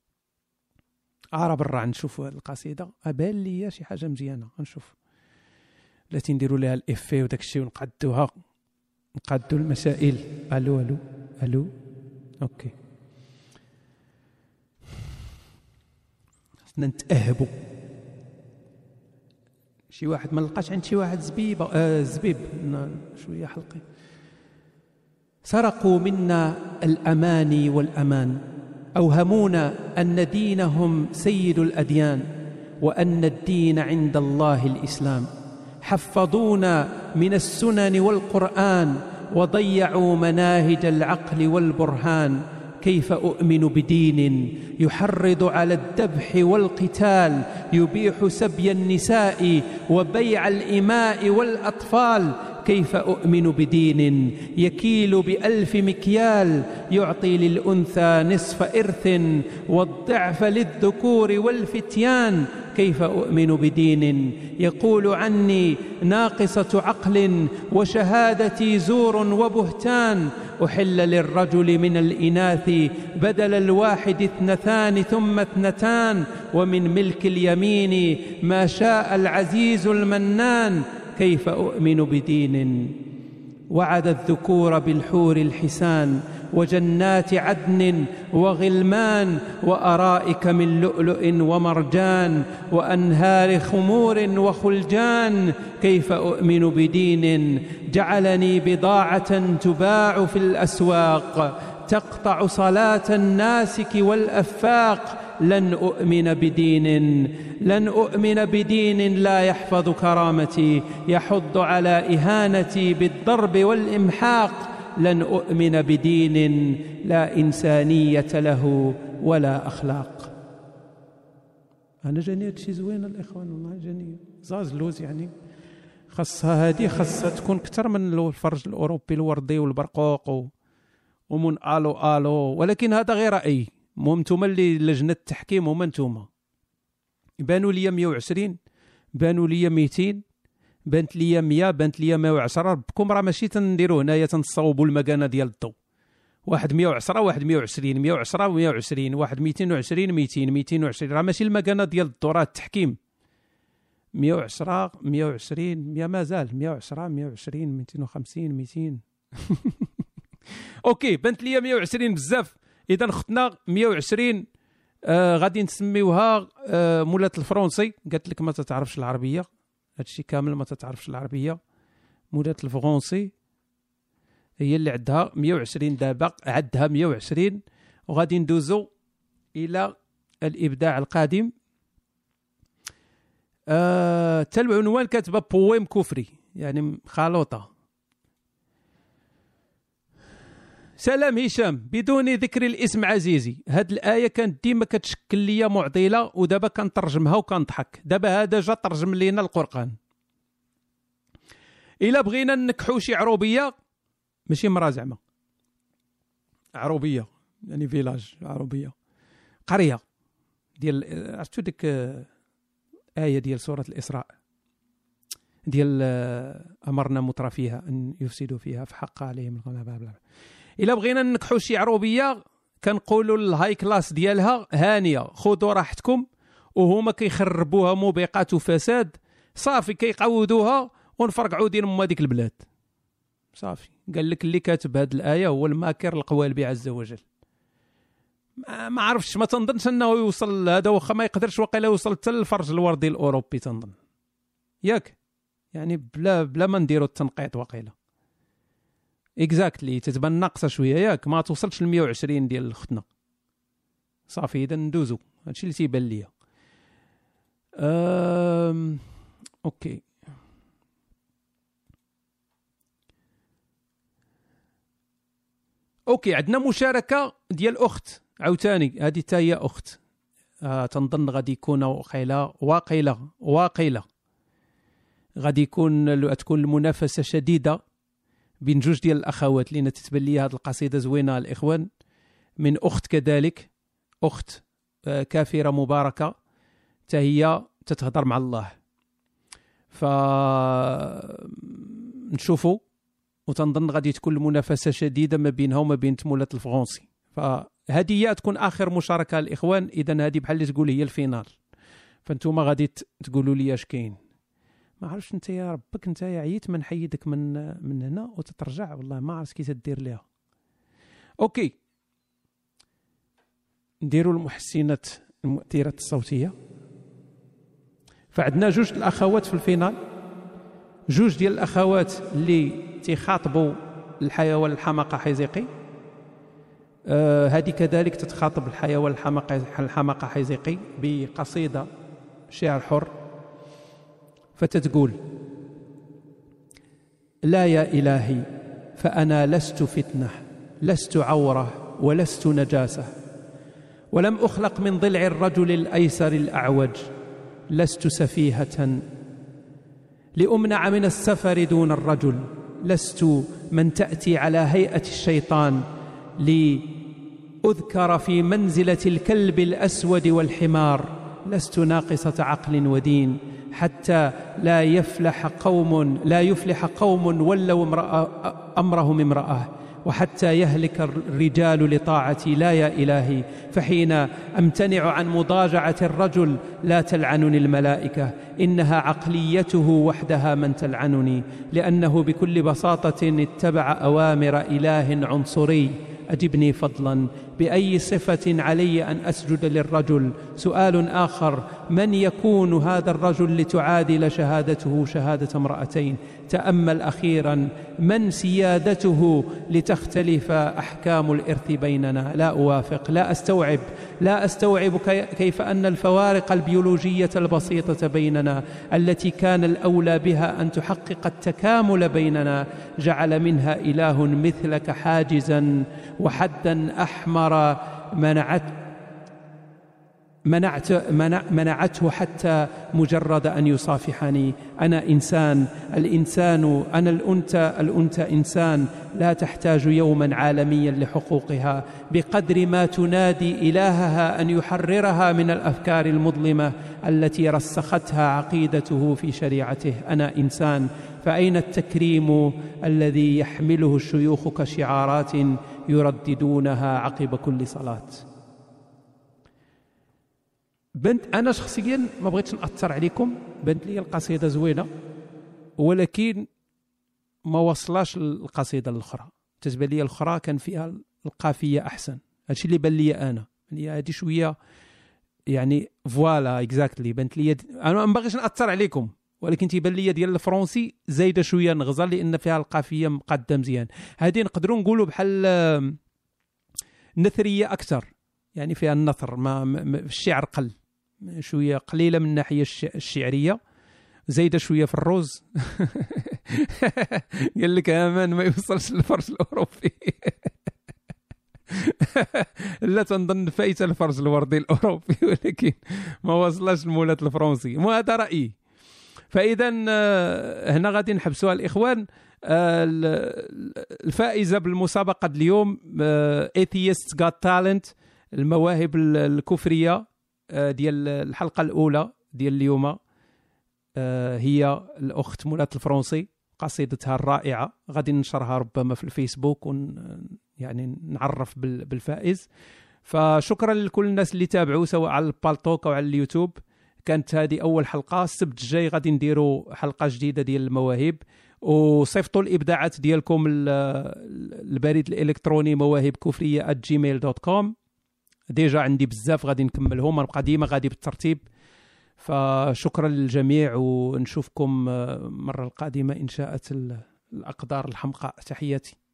أعرب الرع نشوف القصيدة، أبان لي شي حاجة مزيانة نشوف. التي نديروا لها الإفي وداك الشيء ونقدوها، نقدوا المسائل. ألو ألو ألو أوكي نتأهبوا. شي واحد ما لقاش عند شي واحد زبيبه آه زبيب شويه حلقي. سرقوا منا الاماني والامان، اوهمونا ان دينهم سيد الاديان وان الدين عند الله الاسلام. حفظونا من السنن والقران وضيعوا مناهج العقل والبرهان. كيف أؤمن بدين يحرض على الذبح والقتال، يبيح سبي النساء وبيع الإماء والأطفال؟ كيف أؤمن بدين يكيل بألف مكيال، يعطي للأنثى نصف إرث والضعف للذكور والفتيان؟ كيف أؤمن بدين يقول عني ناقصة عقل وشهادتي زور وبهتان؟ أحل للرجل من الإناث بدل الواحد اثنتان ثم اثنتان، ومن ملك اليمين ما شاء العزيز المنان. كيف أؤمن بدين وعد الذكور بالحور الحسان وجنات عدن وغلمان وأرائك من لؤلؤ ومرجان وأنهار خمور وخلجان؟ كيف أؤمن بدين جعلني بضاعة تباع في الأسواق تقطع صلاة الناسك والأفاق؟ لن أؤمن بدين لن أؤمن بدين لا يحفظ كرامتي، يحض على إهانتي بالضرب والإمحاق. لن أؤمن بدين لا إنسانية له ولا أخلاق. أنا جاني هادشي زوين الإخوان والله، جاني زازلوز يعني. خاصها هذه خاصها تكون أكثر من الفرج الأوروبي الوردي والبرقوق ومن آلو آلو، ولكن هذا غير رأيي. المهم نتوما اللي لجنه التحكيم هما نتوما. بانوا لي مية وعشرين، بانوا لي ميتين، بانت لي مية، بانت لي مية وعشرة. ربكم راه ماشي تنديروا هنايا تنصاوبوا المكانه ديال الضوء. واحد مية وعشرة، واحد مية وعشرين، مية وعشرة مية وعشرين، واحد ميتين وعشرين ميتين، ميتين وعشرين، راه ماشي المكانه ديال الضوء، راه التحكيم. مية وعشرة مية وعشرين مية مازال مية وعشرة مية وعشرين ميتين وخمسين ميتين. اوكي بانت لي مية وعشرين بزاف. اذا اختنا مية وعشرين آه غادي نسميوها آه مولات الفرنسي. قالت لك ما تتعرفش العربيه، هادشي كامل ما تتعرفش العربيه. مولات الفرنسي هي اللي عندها مية وعشرين دابا، عندها مية وعشرين. وغادي ندوزو الى الابداع القادم. آه تا العنوان كاتبه بويم كفري، يعني خلوطه. سلام هشام، بدون ذكر الاسم عزيزي، هاد الآية كانت ديما كتشكل ليا معضلة، ودابا كنترجمها وكنضحك. دابا هذا جا ترجم لينا القرآن. إلا بغينا نكحو شي عروبية، ماشي مرا زعما، عروبية يعني فيلاج، عروبية قرية ديال، عرفتو ديك آية ديال سورة الإسراء ديال أمرنا مترفيها أن يفسدوا فيها فحق عليهم الغلبة. إلا بغينا نكحو شي عروبية كنقولوا الهاي كلاس ديالها هانية، خذوا راحتكم، وهما كيخربوها موبقات وفساد صافي، كيقودوها ونفرقعوا دين ما ديك البلاد صافي. قال لك اللي كاتب هذه الآية هو الماكر القوالبي عز وجل. ما عرفتش، ما تنظنش انه يوصل هذا، واخا ما يقدرش واقيلا يوصل حتى للفرج الوردي الاوروبي تنظن، ياك يعني بلا بلا ما نديروا التنقيط واقيلا اكزاكتلي تتبان ناقصه شويه، ياك ما توصلش ل مية وعشرين ديال اختنا صافي. اذا ندوزو، هادشي اللي تيبان ليا. أم... اوكي اوكي عندنا مشاركه ديال اخت عاوتاني، هذه حتى هي اخت. آه تنظن غادي يكون واقيلا واقيلا واقيلا غادي يكون تكون المنافسه شديده بين جوج ديال الاخوات، لان تتبان لي هذه القصيده زوينه الاخوان، من اخت كذلك، اخت آه كافره مباركه، حتى هي تتهضر مع الله. ف نشوفوا، وتنظن غادي تكون المنافسه شديده ما بينها وما بين تمولات الفرنسي. فهذه هي تكون اخر مشاركه الاخوان. اذا هذه بحال اللي تقول هي الفينال، فانتوما غادي تقولوا لي اش كاين. ما عرفتش انت يا ربك، انت يا عييت ما نحيدك من من هنا وتترجع، والله ما عرفت كي تدير ليها. اوكي نديروا المحسنات المؤثرات الصوتيه. فعندنا جوج الاخوات في الفينال، جوج ديال الاخوات اللي تيخاطبوا الحيوان الحماقه حيزيقي. آه هذه كذلك تتخاطب الحيوان الحماقه الحماقه حيزيقي بقصيده شعر حر. فتتقول: لا يا إلهي فأنا لست فتنة، لست عورة ولست نجاسة، ولم أخلق من ضلع الرجل الأيسر الأعوج، لست سفيهة لأمنع من السفر دون الرجل، لست من تأتي على هيئة الشيطان لأذكر في منزلة الكلب الأسود والحمار، لست ناقصة عقل ودين حتى لا يفلح قوم لا يفلح قوم ولوا امرأة أمرهم امرأة، وحتى يهلك الرجال لطاعتي. لا يا إلهي فحين أمتنع عن مضاجعة الرجل لا تلعنني الملائكة، إنها عقليته وحدها من تلعنني، لأنه بكل بساطة اتبع أوامر إله عنصري. أجبني فضلا، بأي صفة علي أن أسجد للرجل؟ سؤال آخر: من يكون هذا الرجل لتعادل شهادته شهادة امرأتين؟ تأمل أخيرا: من سيادته لتختلف أحكام الإرث بيننا؟ لا أوافق، لا أستوعب لا أستوعب كيف أن الفوارق البيولوجية البسيطة بيننا التي كان الأولى بها أن تحقق التكامل بيننا جعل منها إله مثلك حاجزا وحدا أحمر منعت منعت منع منعته حتى مجرد أن يصافحني. أنا إنسان، الإنسان أنا الأنثى، الأنثى إنسان، لا تحتاج يوما عالميا لحقوقها بقدر ما تنادي إلهها أن يحررها من الأفكار المظلمة التي رسختها عقيدته في شريعته. أنا إنسان، فأين التكريم الذي يحمله الشيوخ كشعارات يرددونها عقب كل صلاة؟ بنت أنا شخصيا ما بغيتش نأثر عليكم، بنت لي القصيدة زوينة ولكن ما وصلاش القصيدة الأخرى. تتبان لي الأخرى كان فيها القافية أحسن، هادشي اللي بان لي أنا. يعني هادي شوية يعني فوالا اكزاكتلي بنت لي. أنا ما باغيش نأثر عليكم ولكن تيبان لي ديال الفرنسي زايدة شوية نغزة لأن فيها القافية مقادة مزيان. هادي نقدروا نقولوا بحال نثرية أكثر، يعني فيها النثر، ما الشعر قل شويه، قليله من الناحيه الشعريه، زايده شويه في الروز. قال لك امان ما يوصلش للفرج الاوروبي. لا تنظن فايته الفرج الوردي الاوروبي ولكن ما وصلش لمولات الفرنسي. مو هذا رايي. فاذا هنا غادي نحبسوها الاخوان. الفائزه بالمسابقه اليوم ايثيست غات تالنت، المواهب الكفريه ديال الحلقه الاولى ديال اليوم، هي الاخت مولات الفرنسي، قصيدتها الرائعه غادي ننشرها ربما في الفيسبوك ون يعني نعرف بالفائز. فشكرا لكل الناس اللي تابعوا سواء على البالتوك او على اليوتيوب. كانت هذه اول حلقه. السبت الجاي غادي نديروا حلقه جديده ديال المواهب، وصيفطوا الابداعات ديالكم البريد الالكتروني مواهب كفريه آت جيميل دوت كوم. ديجا عندي بزاف غادي نكملهم، نبقى ديما غادي بالترتيب. فشكرا للجميع ونشوفكم مرة القادمة إن شاءت الأقدار الحمقاء. تحياتي.